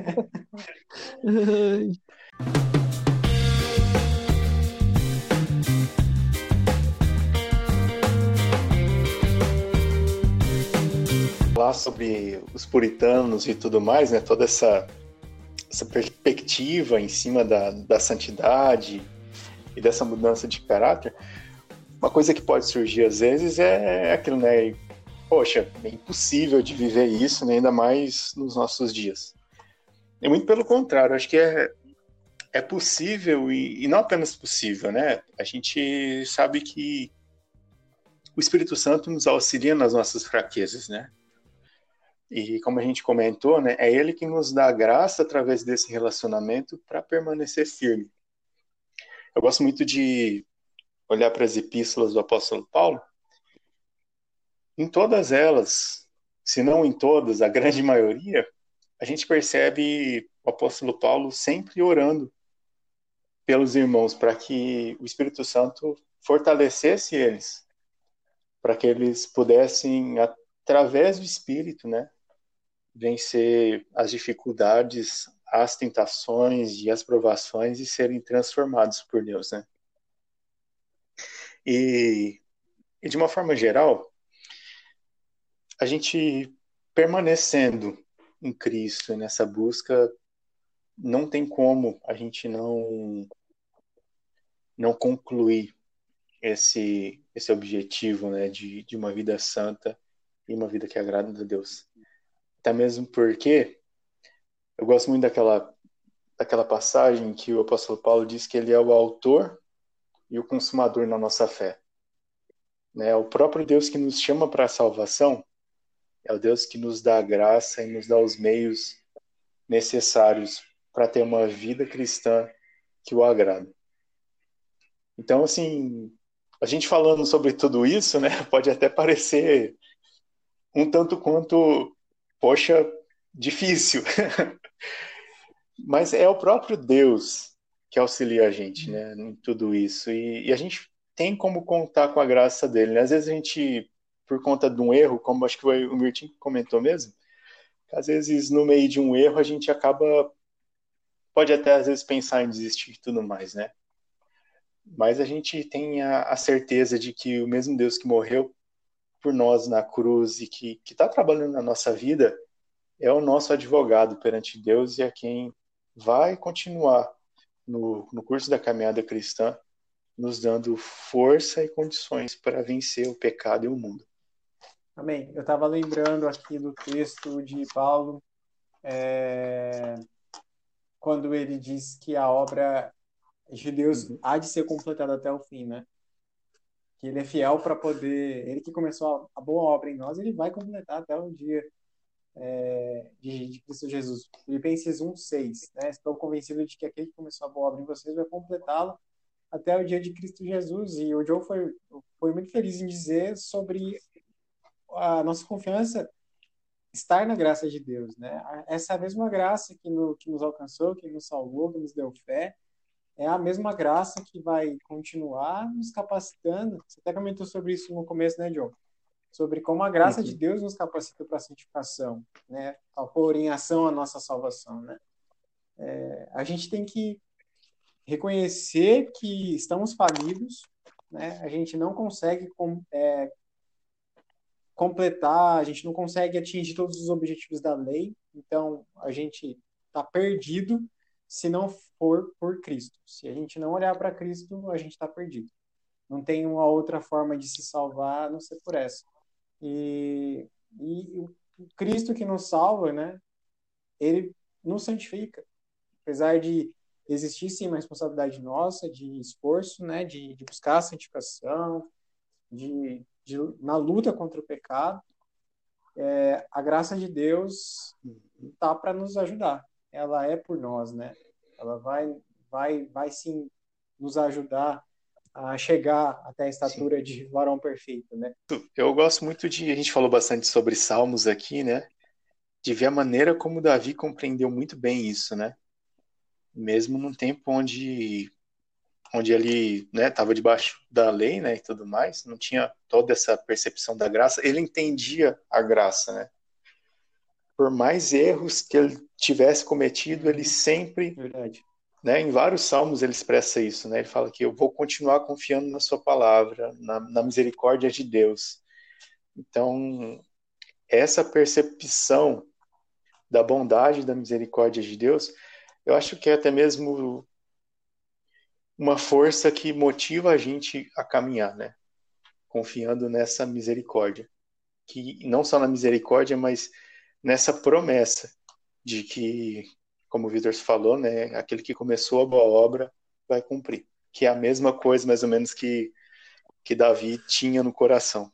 falar sobre os puritanos e tudo mais, né? Toda essa, essa perspectiva em cima da, da santidade e dessa mudança de caráter. Uma coisa que pode surgir às vezes é aquilo, né? Poxa, é impossível de viver isso, né? Ainda mais nos nossos dias. E muito pelo contrário, acho que é, é possível e, e não apenas possível, né? A gente sabe que o Espírito Santo nos auxilia nas nossas fraquezas, né? E como a gente comentou, né, é ele que nos dá a graça através desse relacionamento para permanecer firme. Eu gosto muito de olhar para as epístolas do apóstolo Paulo. Em todas elas, se não em todas, a grande maioria, a gente percebe o apóstolo Paulo sempre orando pelos irmãos para que o Espírito Santo fortalecesse eles, para que eles pudessem, através do Espírito, né, vencer as dificuldades, as tentações e as provações e serem transformados por Deus, né? E, e de uma forma geral, a gente permanecendo em Cristo nessa busca, não tem como a gente não não concluir esse esse objetivo, né, de, de uma vida santa e uma vida que agrada a Deus. Até mesmo porque eu gosto muito daquela daquela passagem que o apóstolo Paulo diz que ele é o autor e o consumador na nossa fé. Né? O próprio Deus que nos chama para a salvação é o Deus que nos dá a graça e nos dá os meios necessários para ter uma vida cristã que o agrada. Então, assim, a gente falando sobre tudo isso, né, pode até parecer um tanto quanto, poxa, difícil. Mas é o próprio Deus que auxilia a gente, né, em tudo isso. E, e a gente tem como contar com a graça dele, né? Às vezes a gente, por conta de um erro, como acho que o Mirtin comentou mesmo, às vezes no meio de um erro a gente acaba, pode até às vezes pensar em desistir e tudo mais, né? Mas a gente tem a, a certeza de que o mesmo Deus que morreu por nós na cruz e que está trabalhando na nossa vida é o nosso advogado perante Deus e é quem vai continuar no, no curso da caminhada cristã, nos dando força e condições para vencer o pecado e o mundo. Amém. Eu estava lembrando aqui do texto de Paulo, é, quando ele diz que a obra de Deus Uhum. há de ser completada até o fim, né? Que ele é fiel para poder, ele que começou a boa obra em nós, ele vai completar até o dia é, de, de Cristo Jesus. Filipenses um, seis, né? Estou convencido de que aquele que começou a boa obra em vocês vai completá-la até o dia de Cristo Jesus. E o Joe foi, foi muito feliz em dizer sobre a nossa confiança estar na graça de Deus, né? Essa mesma graça que, no, que nos alcançou, que nos salvou, que nos deu fé, é a mesma graça que vai continuar nos capacitando. Você até comentou sobre isso no começo, né, John? Sobre como a graça de Uhum. Deus nos capacita para a santificação, né? A pôr em ação a nossa salvação, né? É, a gente tem que reconhecer que estamos falidos, né? A gente não consegue com, é, completar, a gente não consegue atingir todos os objetivos da lei, então a gente está perdido se não for por Cristo. Se a gente não olhar para Cristo, a gente está perdido. não tem uma outra forma de se salvar a não ser por essa. E, e o Cristo que nos salva, né? Ele nos santifica. Apesar de existir, sim, uma responsabilidade nossa de esforço, né? De, de buscar a santificação, de, de, na luta contra o pecado, é, a graça de Deus tá para nos ajudar. Ela é por nós, né? Ela vai, vai, vai sim nos ajudar a chegar até a estatura sim. de varão perfeito, né? Eu gosto muito de, a gente falou bastante sobre Salmos aqui, né? De ver a maneira como Davi compreendeu muito bem isso, né? Mesmo num tempo onde onde ele, né, estava debaixo da lei, né, e tudo mais, não tinha toda essa percepção da graça, ele entendia a graça, né? Por mais erros que ele tivesse cometido, ele sempre, verdade, né, em vários salmos ele expressa isso, né? Ele fala que eu vou continuar confiando na sua palavra, na, na misericórdia de Deus. Então, essa percepção da bondade, da misericórdia de Deus, eu acho que é até mesmo uma força que motiva a gente a caminhar, né? Confiando nessa misericórdia. Que não só na misericórdia, mas nessa promessa de que, como o Vitor falou, né? Aquele que começou a boa obra vai cumprir. Que é a mesma coisa, mais ou menos, que, que Davi tinha no coração.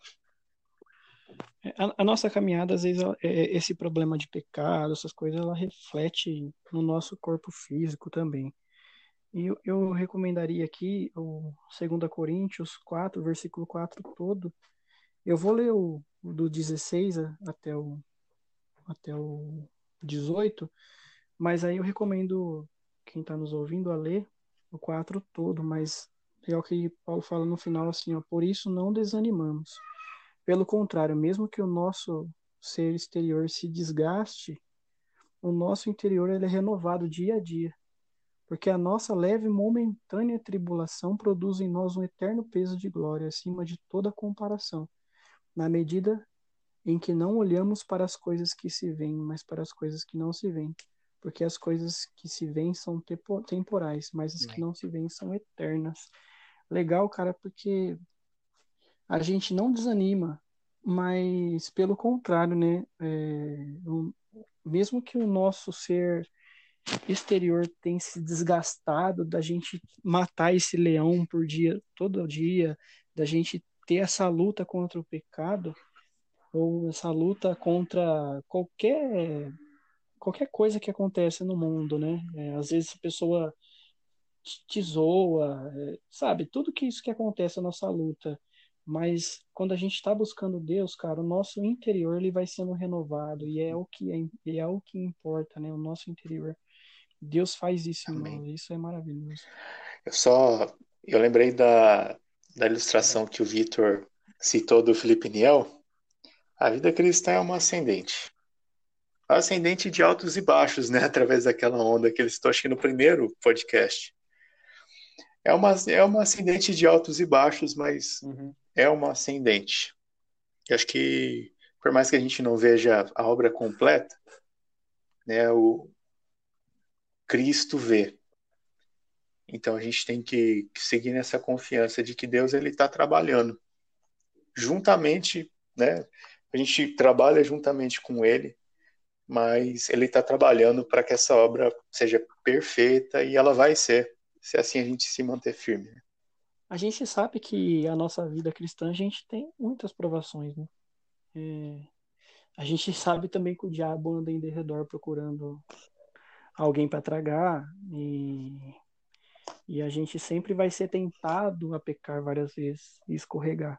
A, a nossa caminhada, às vezes, ela- é- esse problema de pecado, essas coisas, ela reflete no nosso corpo físico também. E eu, eu recomendaria aqui o dois Coríntios quatro, versículo quatro todo. Eu vou ler o, o do dezesseis a- até o, até o dezoito, mas aí eu recomendo quem está nos ouvindo a ler o quatro todo, mas é o que Paulo fala no final assim, ó, por isso não desanimamos. Pelo contrário, mesmo que o nosso ser exterior se desgaste, o nosso interior ele é renovado dia a dia, porque a nossa leve e momentânea tribulação produz em nós um eterno peso de glória acima de toda comparação, na medida em que não olhamos para as coisas que se veem, mas para as coisas que não se veem, porque as coisas que se veem são temporais, mas as que não se veem são eternas. Legal, cara, porque a gente não desanima, mas pelo contrário, né? É, o- mesmo que o nosso ser exterior tenha se desgastado, da gente matar esse leão por dia, todo dia, da gente ter essa luta contra o pecado, ou essa luta contra qualquer qualquer coisa que acontece no mundo, né? É, às vezes a pessoa te zoa, é, sabe? Tudo que isso que acontece na nossa luta. Mas quando a gente está buscando Deus, cara, o nosso interior ele vai sendo renovado e é o que é, e é o que importa, né? O nosso interior. Deus faz isso em Amém. nós, isso é maravilhoso. Eu só, eu lembrei da, da ilustração que o Vitor citou do Felipe Niel. A vida cristã é uma ascendente. Ascendente de altos e baixos, né? Através daquela onda que ele citou, acho que no primeiro podcast. É uma, é uma ascendente de altos e baixos, mas uhum. é uma ascendente. Eu acho que, por mais que a gente não veja a obra completa, né, o Cristo vê. Então a gente tem que seguir nessa confiança de que Deus ele está trabalhando juntamente, né? A gente trabalha juntamente com Ele, mas Ele está trabalhando para que essa obra seja perfeita e ela vai ser, se assim a gente se manter firme. A gente sabe que a nossa vida cristã, a gente tem muitas provações, né? É, a gente sabe também que o diabo anda em derredor procurando alguém para tragar e, e a gente sempre vai ser tentado a pecar várias vezes e escorregar.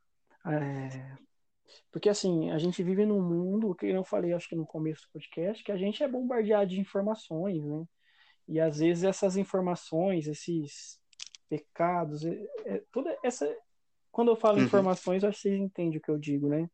É, porque assim, a gente vive num mundo, que eu falei, acho que no começo do podcast, que a gente é bombardeado de informações, né? E às vezes essas informações, esses pecados, é, é, toda essa. Quando eu falo Uhum. informações, acho que vocês entendem o que eu digo, né?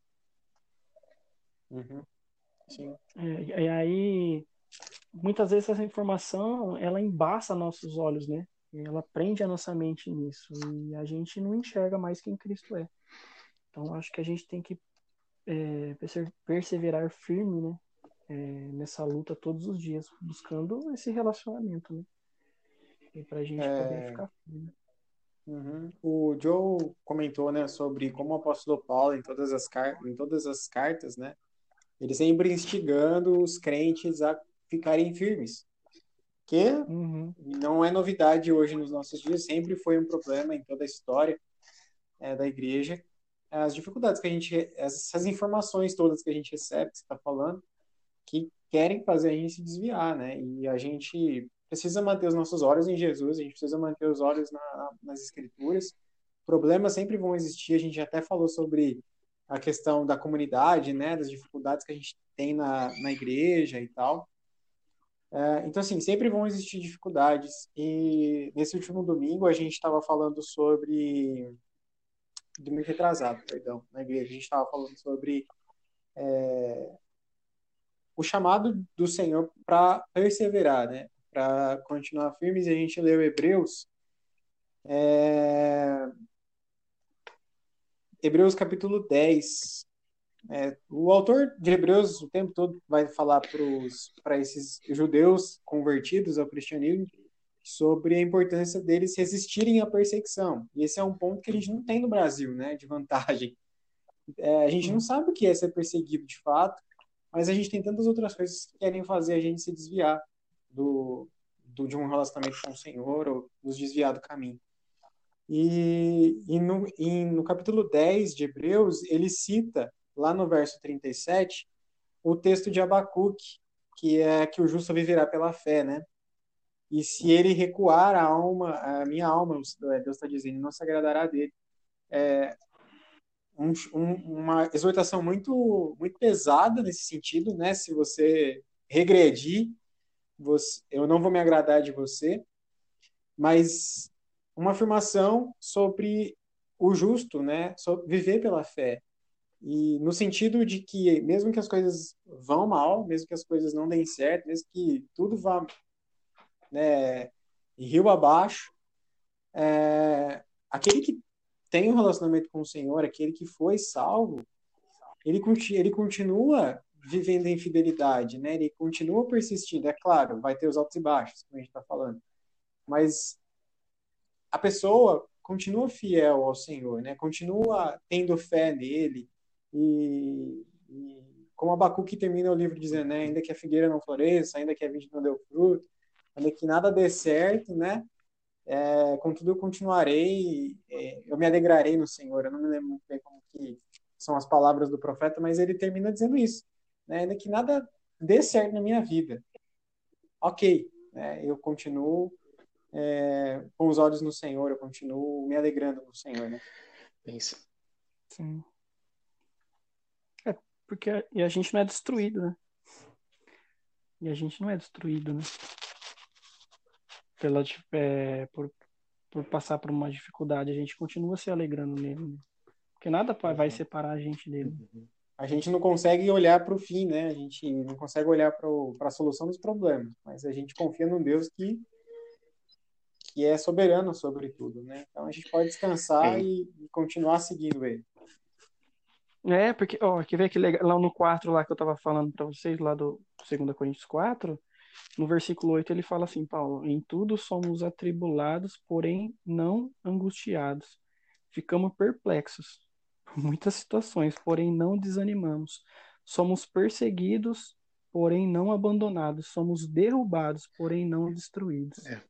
Uhum. Sim. É, e aí, muitas vezes essa informação, ela embaça nossos olhos, né? Ela prende a nossa mente nisso e a gente não enxerga mais quem Cristo é. Então, acho que a gente tem que é, perseverar firme, né? É, nessa luta todos os dias, buscando esse relacionamento, né? E pra gente poder É, ficar firme. Uhum. O Joe comentou, né, sobre como o apóstolo Paulo, em todas as, car em todas as cartas, né, ele sempre instigando os crentes a ficarem firmes, que Uhum. não é novidade hoje nos nossos dias, sempre foi um problema em toda a história é, da igreja. As dificuldades que a gente, essas informações todas que a gente recebe, que você está falando, que querem fazer a gente se desviar, né? E a gente precisa manter os nossos olhos em Jesus, a gente precisa manter os olhos na, nas Escrituras. Problemas sempre vão existir, a gente até falou sobre a questão da comunidade, né? Das dificuldades que a gente tem na, na igreja e tal. É, então, assim, sempre vão existir dificuldades. E nesse último domingo a gente estava falando sobre. Domingo retrasado, perdão, na igreja. A gente estava falando sobre o chamado do Senhor para perseverar, né? Para continuar firmes. E a gente leu Hebreus, é... Hebreus capítulo dez. É, o autor de Hebreus o tempo todo vai falar para esses judeus convertidos ao cristianismo sobre a importância deles resistirem à perseguição. E esse é um ponto que a gente não tem no Brasil, né, de vantagem. É, a gente não sabe o que é ser perseguido de fato, mas a gente tem tantas outras coisas que querem fazer a gente se desviar do, do de um relacionamento com o Senhor ou nos desviar do caminho. E, e, no, e no capítulo dez de Hebreus, ele cita, lá no verso trinta e sete, o texto de Abacuque, que é que o justo viverá pela fé, né? E se ele recuar a alma, a minha alma, Deus está dizendo, não se agradará dele. É um, um, uma exortação muito, muito pesada nesse sentido, né? Se você regredir, você, eu não vou me agradar de você, mas uma afirmação sobre o justo, né? Sobre viver pela fé. E no sentido de que, mesmo que as coisas vão mal, mesmo que as coisas não deem certo, mesmo que tudo vá, né, rio abaixo, é, aquele que tem um relacionamento com o Senhor, aquele que foi salvo, ele, ele continua vivendo em fidelidade, né? Ele continua persistindo. É claro, vai ter os altos e baixos, como a gente está falando, mas a pessoa continua fiel ao Senhor, né? Continua tendo fé nele e, e como Abacuque termina o livro dizendo, né? Ainda que a figueira não floresça, ainda que a vide não dê fruto, ainda que nada dê certo, né? É, contudo, eu continuarei, é, eu me alegrarei no Senhor. Eu não me lembro muito bem como que são as palavras do profeta, mas ele termina dizendo isso, né? Ainda que nada dê certo na minha vida, ok, né? Eu continuo é, com os olhos no Senhor, eu continuo me alegrando no Senhor, né? Isso. Sim. É, porque a, e a gente não é destruído, né? E a gente não é destruído, né? Pela, é, por, por passar por uma dificuldade, a gente continua se alegrando nele, né? Porque nada vai separar a gente dele. A gente não consegue olhar para o fim, né? A gente não consegue olhar para a solução dos problemas, mas a gente confia num Deus que que é soberano sobre tudo, né? Então a gente pode descansar É. e, e continuar seguindo ele. É, porque, ó, quer ver que legal, lá no quatro lá que eu tava falando pra vocês, lá do dois Coríntios quatro, no versículo oito ele fala assim, Paulo, em tudo somos atribulados, porém não angustiados. Ficamos perplexos por muitas situações, porém não desanimamos. Somos perseguidos, porém não abandonados. Somos derrubados, porém não destruídos. É.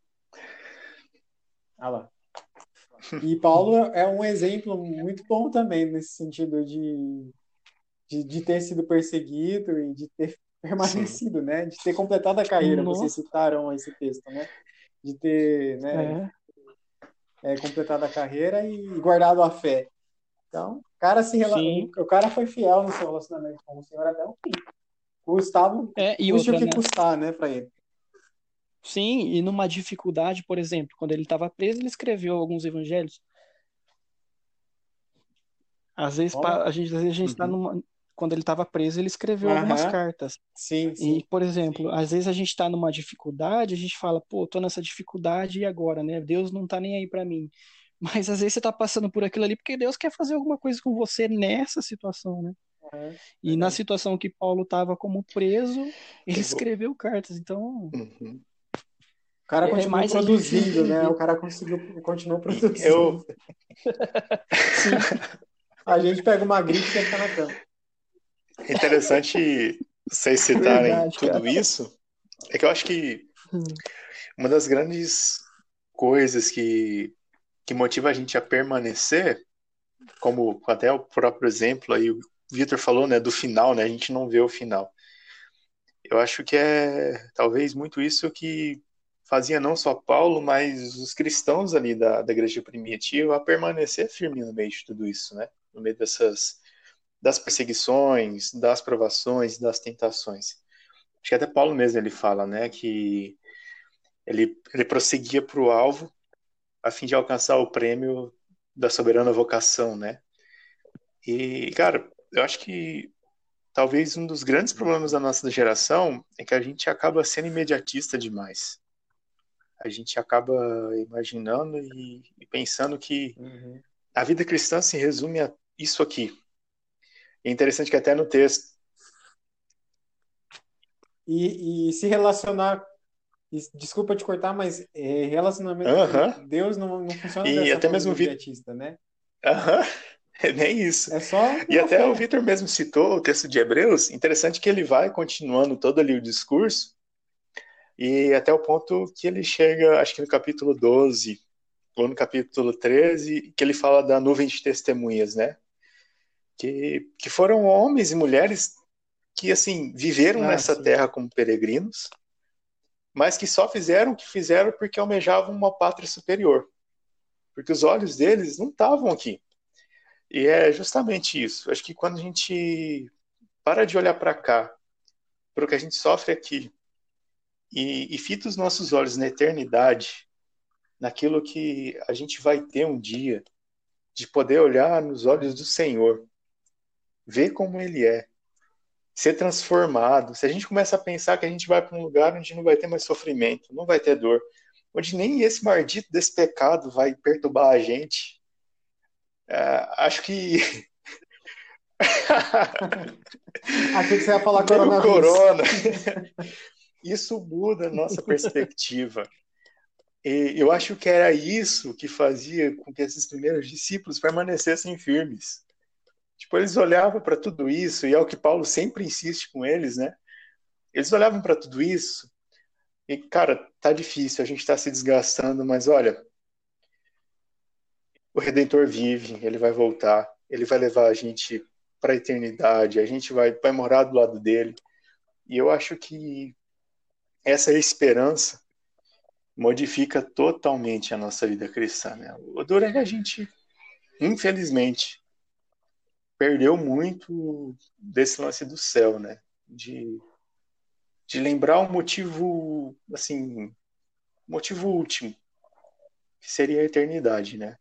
Ah lá. E Paulo é um exemplo muito bom também nesse sentido de, de, de ter sido perseguido e de ter permanecido, Sim. né? De ter completado a carreira. Nossa. Vocês citaram esse texto, né? De ter, né, é. É, completado a carreira e guardado a fé. Então, o cara, se, o cara foi fiel no seu relacionamento com o Senhor até o fim. Custava, é, e custe outra, o que né? custar, né, para ele. Sim, e numa dificuldade, por exemplo, quando ele estava preso, ele escreveu alguns evangelhos. Às vezes, Como? a gente, às vezes a gente está uhum. numa. Quando ele estava preso, ele escreveu uhum. algumas cartas. Sim, sim. E, por exemplo, sim. às vezes a gente está numa dificuldade, a gente fala, pô, tô nessa dificuldade e agora, né? Deus não tá nem aí para mim. Mas às vezes você tá passando por aquilo ali porque Deus quer fazer alguma coisa com você nessa situação, né? Uhum. E na situação que Paulo estava como preso, ele escreveu cartas. Então, uhum. cara E é continua mais a gente produzindo, né? O viver. cara conseguiu, continuou E eu, produzindo. Sim, A gente pega uma gripe e quer ficar na cama. é interessante vocês é citarem verdade, cara. tudo isso, é que eu acho que uma das grandes coisas que, que motiva a gente a permanecer, como até o próprio exemplo aí o Vitor falou, né, do final, né, a gente não vê o final. Eu acho que é talvez muito isso que fazia não só Paulo, mas os cristãos ali da, da igreja primitiva a permanecer firme no meio de tudo isso, né, no meio dessas das perseguições, das provações, das tentações. Acho que até Paulo mesmo ele fala, né, que ele, ele prosseguia para o alvo a fim de alcançar o prêmio da soberana vocação, né? E, cara, eu acho que talvez um dos grandes problemas da nossa geração é que a gente acaba sendo imediatista demais. A gente acaba imaginando e, e pensando que Uhum. a vida cristã se resume a isso aqui. E é interessante que até no texto... E, e se relacionar, e desculpa te cortar, mas é, relacionamento com Aham. Deus não, não funciona E dessa até forma mesmo o Vitor... imediatista, né? Aham. É nem isso. É só E pela até o fé. Vitor mesmo citou o texto de Hebreus. Interessante que ele vai continuando todo ali o discurso, e até o ponto que ele chega, acho que no capítulo doze, ou no capítulo treze, que ele fala da nuvem de testemunhas, né? Que, que foram homens e mulheres que, assim, viveram Ah, nessa sim. terra como peregrinos, mas que só fizeram o que fizeram porque almejavam uma pátria superior. Porque os olhos deles não estavam aqui. E é justamente isso. Acho que quando a gente para de olhar para cá, para o que a gente sofre aqui, e, e fita os nossos olhos na eternidade, naquilo que a gente vai ter um dia, de poder olhar nos olhos do Senhor, ver como Ele é, ser transformado. Se a gente começa a pensar que a gente vai para um lugar onde não vai ter mais sofrimento, não vai ter dor, onde nem esse maldito desse pecado vai perturbar a gente, é, acho que Achei que você ia falar nem o coronavírus. corona, isso muda a nossa perspectiva. E eu acho que era isso que fazia com que esses primeiros discípulos permanecessem firmes. Tipo, eles olhavam para tudo isso, e é o que Paulo sempre insiste com eles, né? Eles olhavam para tudo isso e, cara, tá difícil, a gente tá se desgastando, mas olha, o Redentor vive, ele vai voltar, ele vai levar a gente para a eternidade, a gente vai, vai morar do lado dele. E eu acho que essa esperança modifica totalmente a nossa vida cristã, né? O duro é que a gente, infelizmente, perdeu muito desse lance do céu, né? De, de lembrar um motivo, assim, motivo último, que seria a eternidade, né?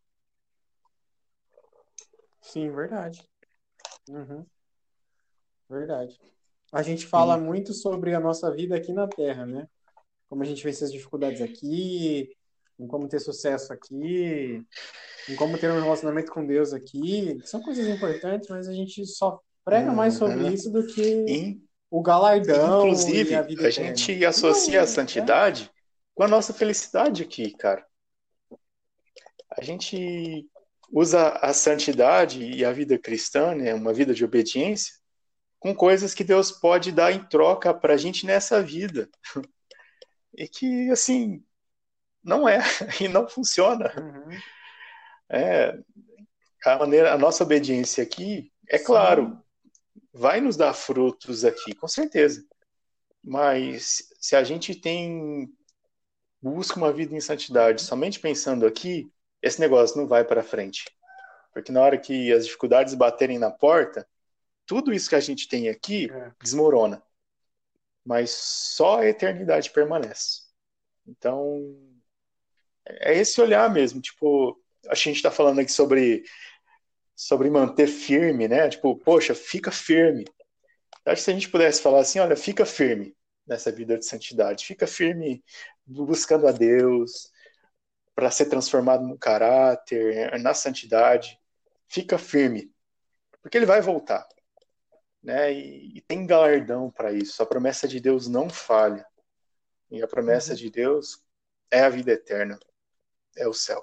Sim, verdade. Uhum, verdade. A gente fala E, muito sobre a nossa vida aqui na Terra, né? Como a gente vence as dificuldades aqui, em como ter sucesso aqui, em como ter um relacionamento com Deus aqui. São coisas importantes, mas a gente só prega mais sobre uhum. isso do que E, o galardão e a inclusive, vida a eterna. gente associa a Não, é, santidade com a nossa felicidade aqui, cara. A gente usa a santidade e a vida cristã, né, uma vida de obediência, com coisas que Deus pode dar em troca para a gente nessa vida. E que, assim, não é, e não funciona. uhum, É, a, maneira, a nossa obediência aqui, é claro, sim, vai nos dar frutos aqui, com certeza. Mas se a gente tem busca uma vida em santidade somente pensando aqui, esse negócio não vai para frente. Porque na hora que as dificuldades baterem na porta, tudo isso que a gente tem aqui é, desmorona. Mas só a eternidade permanece. Então, é esse olhar mesmo. Tipo, acho que a gente está falando aqui sobre, sobre manter firme, né? Tipo, poxa, fica firme. Acho que se a gente pudesse falar assim, olha, fica firme nessa vida de santidade. Fica firme buscando a Deus para ser transformado no caráter, na santidade. Fica firme, porque ele vai voltar. Né? E, e tem galardão para isso. A promessa de Deus não falha. E a promessa de Deus é a vida eterna, é o céu.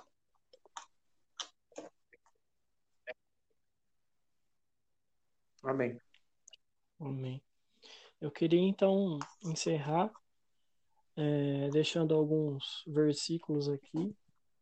Amém. Amém. Eu queria então encerrar é, deixando alguns versículos aqui.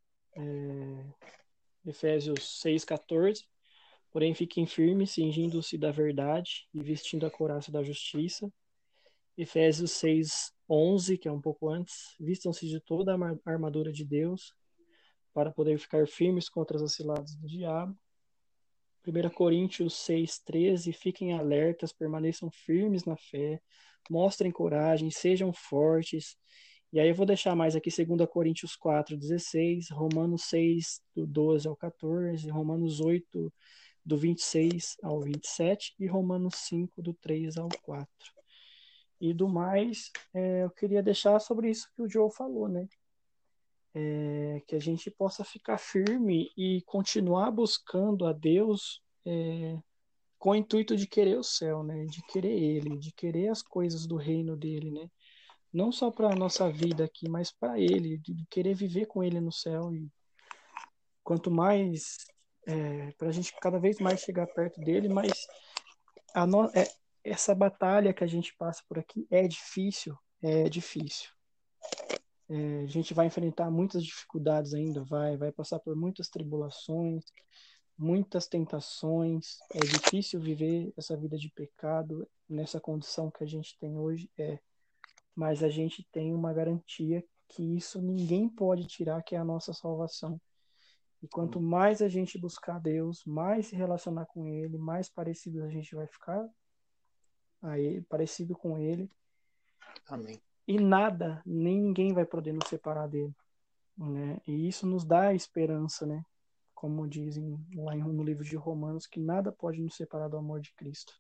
É, Efésios seis, quatorze. Porém, fiquem firmes, cingindo-se da verdade e vestindo a couraça da justiça. Efésios seis, onze, que é um pouco antes. Vistam-se de toda a armadura de Deus para poder ficar firmes contra as ciladas do diabo. primeira Coríntios seis, treze. Fiquem alertas, permaneçam firmes na fé, mostrem coragem, sejam fortes. E aí eu vou deixar mais aqui segunda Coríntios quatro, dezesseis, Romanos seis, do doze ao quatorze, Romanos oito, do vinte e seis ao vinte e sete e Romanos cinco, do três ao quatro. E do mais, é, eu queria deixar sobre isso que o Joe falou, né? É, que a gente possa ficar firme e continuar buscando a Deus é, com o intuito de querer o céu, né? De querer Ele, de querer as coisas do reino dele, né? Não só para a nossa vida aqui, mas para Ele, de querer viver com Ele no céu. E quanto mais, é, para a gente cada vez mais chegar perto dele, mas a no, é, essa batalha que a gente passa por aqui é difícil, é difícil. É, a gente vai enfrentar muitas dificuldades ainda, vai, vai passar por muitas tribulações, muitas tentações. É difícil viver essa vida de pecado nessa condição que a gente tem hoje, é. Mas a gente tem uma garantia que isso ninguém pode tirar, que é a nossa salvação. E quanto mais a gente buscar Deus, mais se relacionar com Ele, mais parecido a gente vai ficar a Ele, parecido com Ele. Amém. E nada, nem ninguém vai poder nos separar dele, né? E isso nos dá esperança, né? Como dizem lá no livro de Romanos, que nada pode nos separar do amor de Cristo.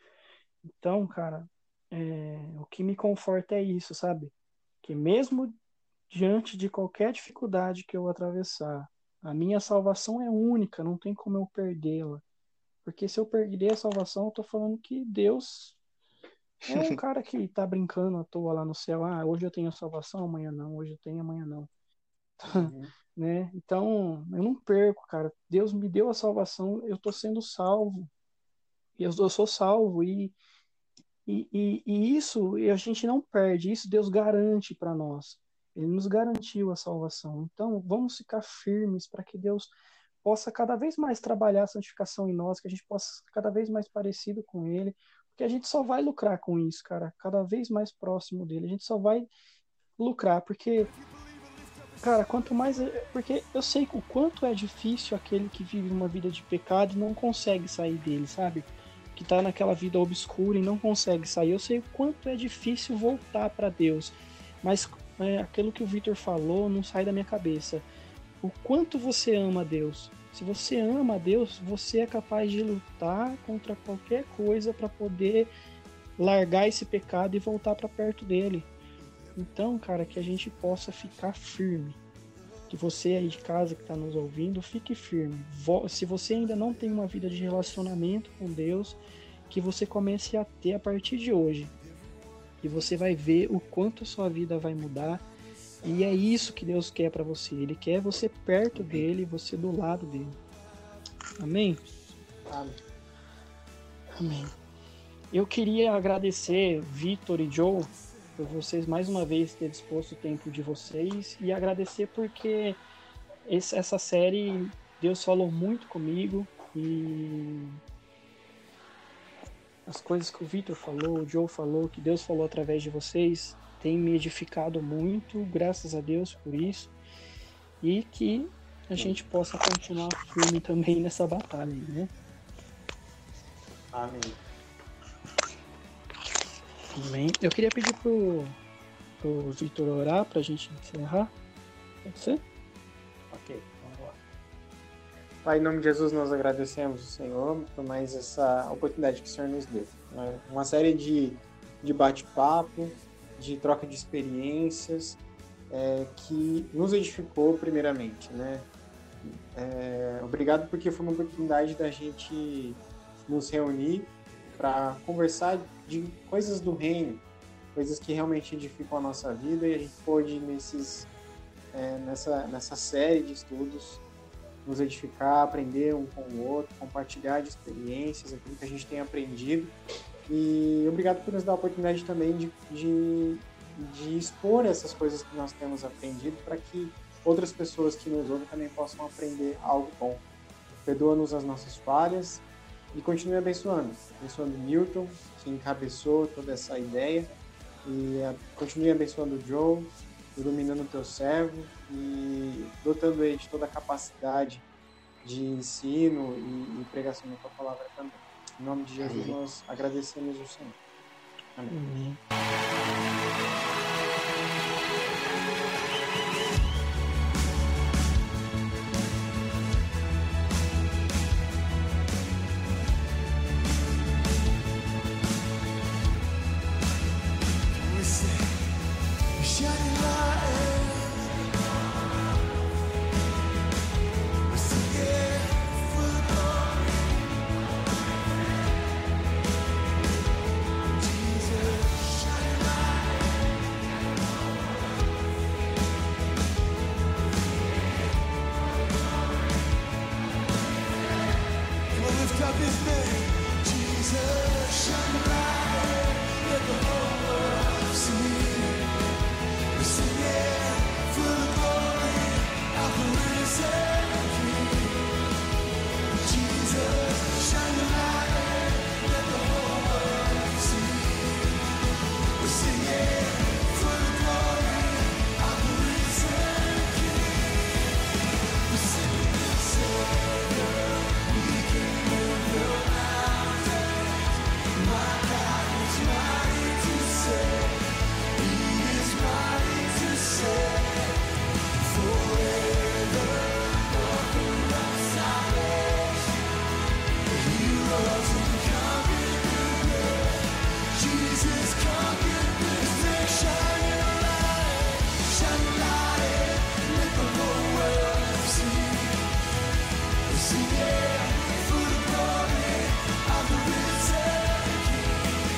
Então, cara, é, o que me conforta é isso, sabe? Que mesmo diante de qualquer dificuldade que eu atravessar, a minha salvação é única, não tem como eu perdê-la. Porque se eu perder a salvação, eu tô falando que Deus é um cara que tá brincando à toa lá no céu. Ah, hoje eu tenho a salvação, amanhã não. Hoje eu tenho, amanhã não. Uhum. Né? Então, eu não perco, cara. Deus me deu a salvação, eu tô sendo salvo. Eu, eu sou salvo. E, e, e, e isso a gente não perde. Isso Deus garante para nós. Ele nos garantiu a salvação. Então, vamos ficar firmes para que Deus possa cada vez mais trabalhar a santificação em nós, que a gente possa ser cada vez mais parecido com Ele, porque a gente só vai lucrar com isso, cara, cada vez mais próximo dele. A gente só vai lucrar, porque, cara, quanto mais... Porque eu sei o quanto é difícil aquele que vive uma vida de pecado e não consegue sair dele, sabe? Que tá naquela vida obscura e não consegue sair. Eu sei o quanto é difícil voltar para Deus, mas é, aquilo que o Victor falou não sai da minha cabeça. O quanto você ama a Deus. Se você ama a Deus, você é capaz de lutar contra qualquer coisa para poder largar esse pecado e voltar para perto dele. Então, cara, que a gente possa ficar firme. Que você aí de casa que está nos ouvindo, fique firme. Se você ainda não tem uma vida de relacionamento com Deus, que você comece a ter a partir de hoje. E você vai ver o quanto a sua vida vai mudar. E é isso que Deus quer para você. Ele quer você perto dele, você do lado dele. Amém? Amém. Amém. Eu queria agradecer Victor e Joe por vocês mais uma vez ter disposto o tempo de vocês e agradecer porque esse, essa série Deus falou muito comigo e as coisas que o Victor falou, o Joe falou, que Deus falou através de vocês tem me edificado muito, graças a Deus por isso, e que a gente possa continuar firme também nessa batalha, né? Amém. Amém. Eu queria pedir pro, pro Victor orar pra gente encerrar. Pode ser? Ok, vamos lá. Pai, em nome de Jesus, nós agradecemos o Senhor por mais essa oportunidade que o Senhor nos deu. Né? Uma série de, de bate-papo, de troca de experiências, é, que nos edificou primeiramente, né? É, obrigado porque foi uma oportunidade da gente nos reunir para conversar de coisas do reino, coisas que realmente edificam a nossa vida, e a gente pôde, nesses, é, nessa, nessa série de estudos, nos edificar, aprender um com o outro, compartilhar de experiências, aquilo que a gente tem aprendido. E obrigado por nos dar a oportunidade também de, de, de expor essas coisas que nós temos aprendido, para que outras pessoas que nos ouvem também possam aprender algo bom. Perdoa-nos as nossas falhas e continue abençoando. Abençoando Milton, que encabeçou toda essa ideia, e continue abençoando o Joe, iluminando o teu servo e dotando ele de toda a capacidade de ensino e, e pregação da tua palavra também. Em nome de Jesus, Amém. Nós agradecemos o Senhor. Amém. Amém. For the glory of the